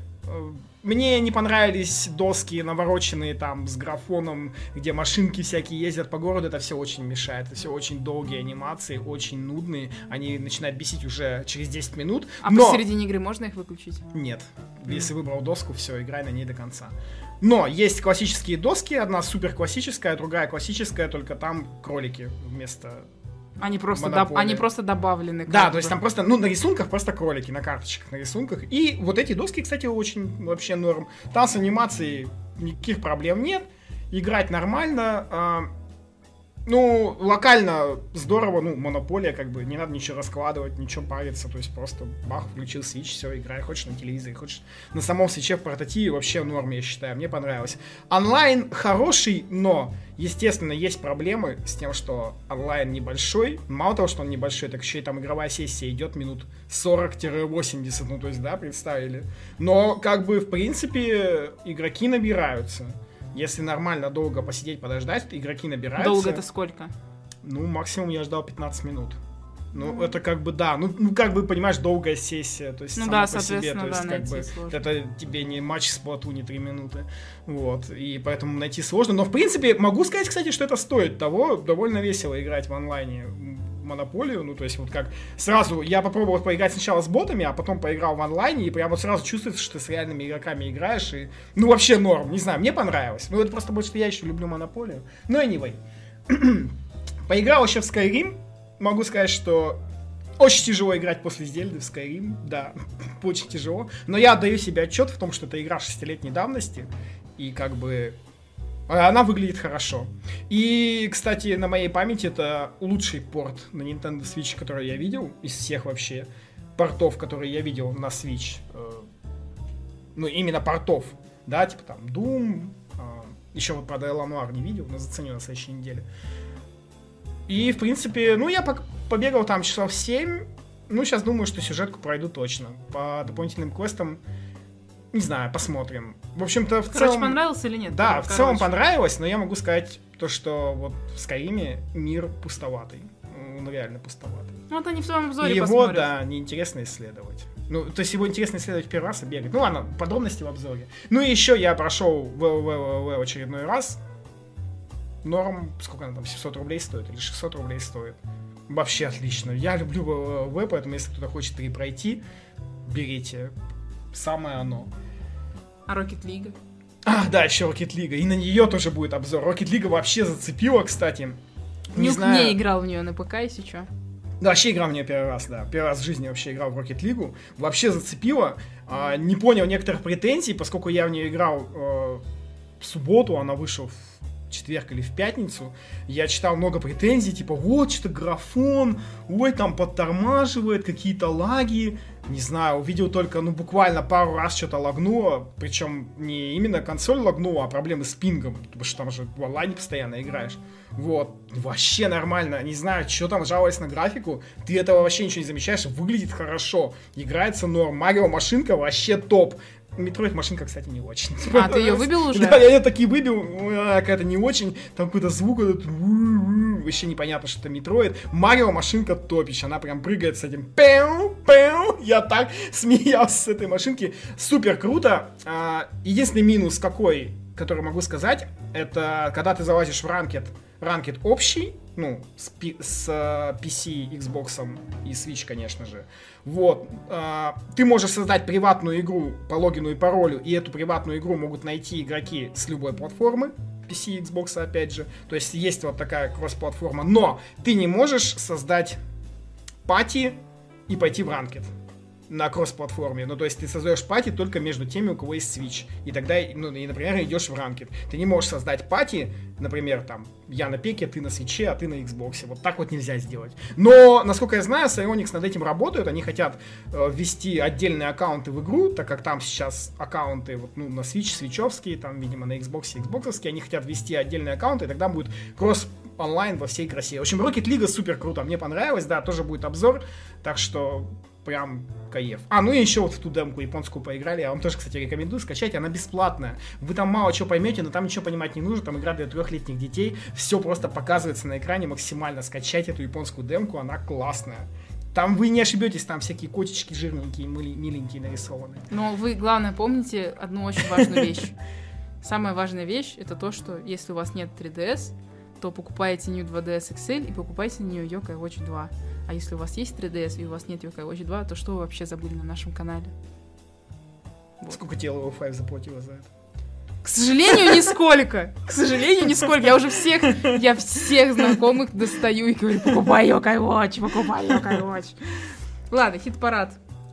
Мне не понравились доски навороченные там с графоном, где машинки всякие ездят по городу, это все очень мешает, это все очень долгие анимации, очень нудные, они начинают бесить уже через 10 минут. А но... посередине игры можно их выключить? Нет. Если выбрал доску, все, играй на ней до конца. Но есть классические доски, одна супер классическая, другая классическая, только там кролики вместо... Они просто, Монополия. они просто добавлены. Да, как то есть бы. там просто, ну, на рисунках просто кролики, на карточках, на рисунках. И вот эти доски, кстати, очень вообще норм. Там с анимацией никаких проблем нет. Играть нормально. Ну, локально здорово, ну, Монополия, как бы, не надо ничего раскладывать, ничего париться, то есть просто бах, включил Switch, все, играй, хочешь на телевизоре, хочешь на самом свитче в портативе, вообще норм, я считаю, мне понравилось. Онлайн хороший, но, естественно, есть проблемы с тем, что онлайн небольшой, мало того, что он небольшой, так еще и там игровая сессия идет минут 40-80, ну, то есть, да, представили. Но, как бы, в принципе, игроки набираются. Если нормально долго посидеть, подождать, игроки набираются. Долго это сколько? Ну, максимум я ждал 15 минут. Ну, это как бы, да, ну, как бы, понимаешь, долгая сессия, то есть, Ну сама да, по себе, соответственно, то есть, да, как найти бы, сложно. это тебе не матч с Splatoon, не 3 минуты, вот, и поэтому найти сложно, но, в принципе, могу сказать, кстати, что это стоит того, довольно весело играть в онлайне Монополию, ну, то есть, вот как сразу, я попробовал поиграть сначала с ботами, а потом поиграл в онлайне, и прямо сразу чувствуется, что ты с реальными игроками играешь, и, ну, вообще норм, не знаю, мне понравилось, ну, это просто потому, что я еще люблю Монополию, но anyway. Поиграл еще в Skyrim, могу сказать, что очень тяжело играть после Зельды в Skyrim, да, очень тяжело, но я отдаю себе отчет в том, что это игра 6-летней давности, и как бы она выглядит хорошо. И, кстати, на моей памяти это лучший порт на Nintendo Switch, который я видел, из всех вообще портов, которые я видел на Switch. Ну, именно портов, да, типа там Doom, еще вот, правда, L.A. Noire не видел, но заценю на следующей неделе. И, в принципе, ну, я побегал там часов 7. Ну, сейчас думаю, что сюжетку пройду точно. По дополнительным квестам, не знаю, посмотрим. В общем-то, в целом... понравился или нет? Да, в целом понравилось, но я могу сказать то, что вот в Скайриме мир пустоватый. Он реально пустоватый. Ну, вот они в твоем обзоре И его, посмотрят. да, неинтересно исследовать. Ну, то есть его интересно исследовать первый раз и бегать. Ну ладно, подробности в обзоре. Ну и еще я прошел в очередной раз. Норм, сколько она там, 700 рублей стоит или 600 рублей стоит. Вообще отлично. Я люблю ВВВ, поэтому если кто-то хочет перепройти, берите. Самое оно. А Rocket League? Да, еще Rocket League. И на нее тоже будет обзор. Rocket League вообще зацепила, кстати. Нюх не играл в нее на п.к. если что. Да, вообще играл в нее первый раз, да. Первый раз в жизни вообще играл в Rocket League. Вообще зацепила. Не понял некоторых претензий, поскольку я в нее играл в субботу, она вышла в четверг или в пятницу. Я читал много претензий, типа, вот, что-то графон, ой, там подтормаживает, какие-то лаги. Не знаю, увидел только, ну, буквально пару раз что-то лагнуло, причем не именно консоль лагнула, а проблемы с пингом, потому что там же в онлайне постоянно играешь. Вот, вообще нормально, не знаю, что там жаловались на графику, ты этого вообще ничего не замечаешь, выглядит хорошо, играется норм, Марио машинка вообще топ. Metroid машинка, кстати, не очень. А, ты ее выбил уже? Да, я ее таки выбил, какая-то не очень, там какой-то звук, вообще непонятно, что это Metroid. Марио машинка топич, она прям прыгает с этим пэу. Я так смеялся с этой машинки. Супер круто. Единственный минус какой, который могу сказать, это когда ты залазишь в ранкед общий, ну, с PC, Xbox и Switch, конечно же. Вот. Ты можешь создать приватную игру по логину и паролю, и эту приватную игру могут найти игроки с любой платформы. PC, Xbox, опять же. То есть есть вот такая кросс-платформа. Но ты не можешь создать пати и пойти в ранкед на кросс-платформе. Ну, то есть ты создаешь пати только между теми, у кого есть Switch. И тогда, ну, и, например, идешь в ранкед. Ты не можешь создать пати, например, там, я на пеке, ты на Switch, а ты на Xbox. Вот так вот нельзя сделать. Но, насколько я знаю, Psyonix над этим работают. Они хотят ввести отдельные аккаунты в игру, так как там сейчас аккаунты вот, ну, на Switch, свитчевские, там, видимо, на Xbox, Xboxовские. Они хотят ввести отдельные аккаунты, и тогда будет кросс онлайн во всей красе. В общем, Rocket League супер круто. Мне понравилось, да, тоже будет обзор. Так что прям кайф. Ну и еще вот в ту демку японскую поиграли. Я вам тоже, кстати, рекомендую скачать. Она бесплатная. Вы там мало чего поймете, но там ничего понимать не нужно. Там игра для 3-летних детей. Все просто показывается на экране максимально. Скачать эту японскую демку, она классная. Там вы не ошибетесь, там всякие котички жирненькие, миленькие нарисованы. Но вы, главное, помните одну очень важную вещь. Самая важная вещь — это то, что если у вас нет 3DS, то покупаете New 2DS XL и покупайте на нее Yokai Watch 2. А если у вас есть 3DS и у вас нет Yokai Watch 2, то что вы вообще забыли на нашем канале? Вот. Сколько тебе Level 5 заплатила за это? К сожалению, нисколько. К сожалению, нисколько. Я уже всех знакомых достаю и говорю: покупай Yokai Watch, покупай Yokai Watch. Ладно, хит-парад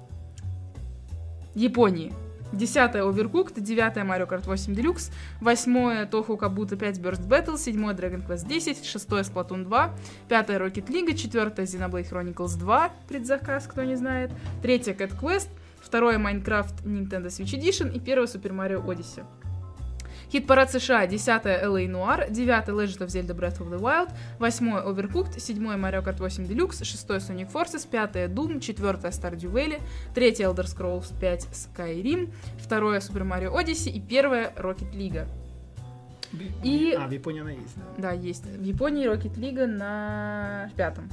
Японии. 10-е Overcooked, 9-е Mario Kart 8 Deluxe, 8-е Toho Kabuto 5 Burst Battle, 7-е Dragon Quest 10, 6-е Splatoon 2, 5-е Rocket League, 4-е Xenoblade Chronicles 2, предзаказ, кто не знает, 3-е Cat Quest, 2-е Minecraft Nintendo Switch Edition и 1-е Super Mario Odyssey. Хит-парад США: 10-е LA Noir, 9-е Legend of Zelda Breath of the Wild, 8-е Overcooked, 7-е Mario Kart 8 Deluxe, 6-е Sonic Forces, 5-е Doom, 4-е Stardew Valley, 3-е Elder Scrolls 5 Skyrim, 2-е Super Mario Odyssey и 1-е Rocket League. И... в Японии она есть, да? Да, есть. В Японии Rocket League на 5-м.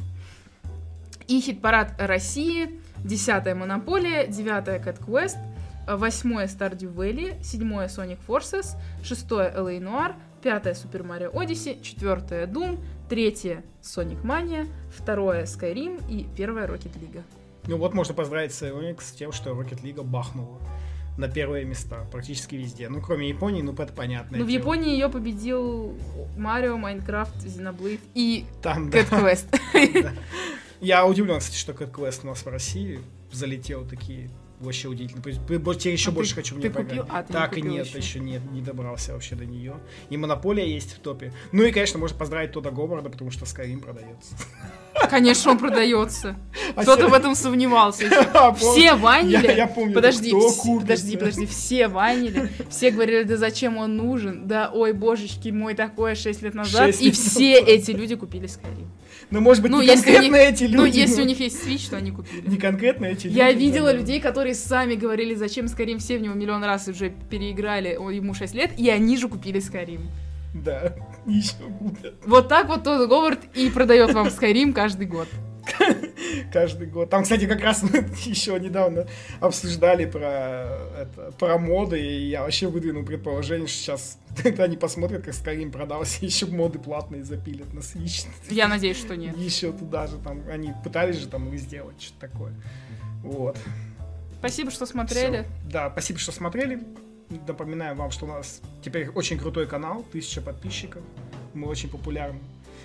И хит-парад России: 10-е Монополия, 9-е Cat Quest, 8-е Stardew Valley, 7-е Sonic Forces, 6-е LA Noir, 5-е Super Mario Odyssey, 4-е Doom, 3-е Sonic Mania, 2-е Skyrim и 1-е Rocket League. Ну вот можно поздравить Psyonix с тем, что Rocket League бахнула на первые места практически везде. Ну, кроме Японии, ну, это понятно. Ну, в Японии ее победил Марио, Майнкрафт, Xenoblade и там, Cat Quest. Я удивлен, кстати, что Cat Quest у нас в России залетел такие... Вообще удивительно. Теперь еще больше хочу в нее поиграть. Так и нет, еще не добрался вообще до нее. И Монополия есть в топе. Ну и, конечно, можно поздравить Тодда Говарда, потому что Skyrim продается. Конечно, он продается. Кто-то в этом сомневался. Все ванили. Я помню, подожди, все ванили. Все говорили: да зачем он нужен? Да, ой, божечки мой, такое 6 лет назад. И все эти люди купили Skyrim. Ну, может быть, не конкретно эти люди. Ну, если у них есть Switch, то они купили. Не конкретно эти люди. Я видела людей, которые сами говорили: зачем Skyrim, все в него миллион раз уже переиграли, ему 6 лет, и они же купили Skyrim. Да, еще купят. Вот так вот Тодд Говард и продает вам Skyrim каждый год. Каждый год. Там, кстати, как раз мы еще недавно обсуждали про моды, и я вообще выдвинул предположение, что сейчас, когда они посмотрят, как Skyrim продался, еще моды платные запилят на Switch. Я надеюсь, что нет. Еще туда же, там, они пытались же там сделать что-то такое. Вот. Спасибо, что смотрели. Все. Да, спасибо, что смотрели. Напоминаю вам, что у нас теперь очень крутой канал, 1000 подписчиков. Мы очень популярны.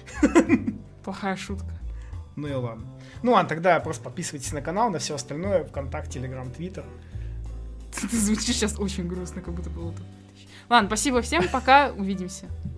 Плохая шутка. Ну и ладно. Ну ладно, тогда просто подписывайтесь на канал, на все остальное, ВКонтакте, Телеграм, Твиттер. Ты звучишь сейчас очень грустно, как будто было. Ладно, спасибо всем, пока, увидимся.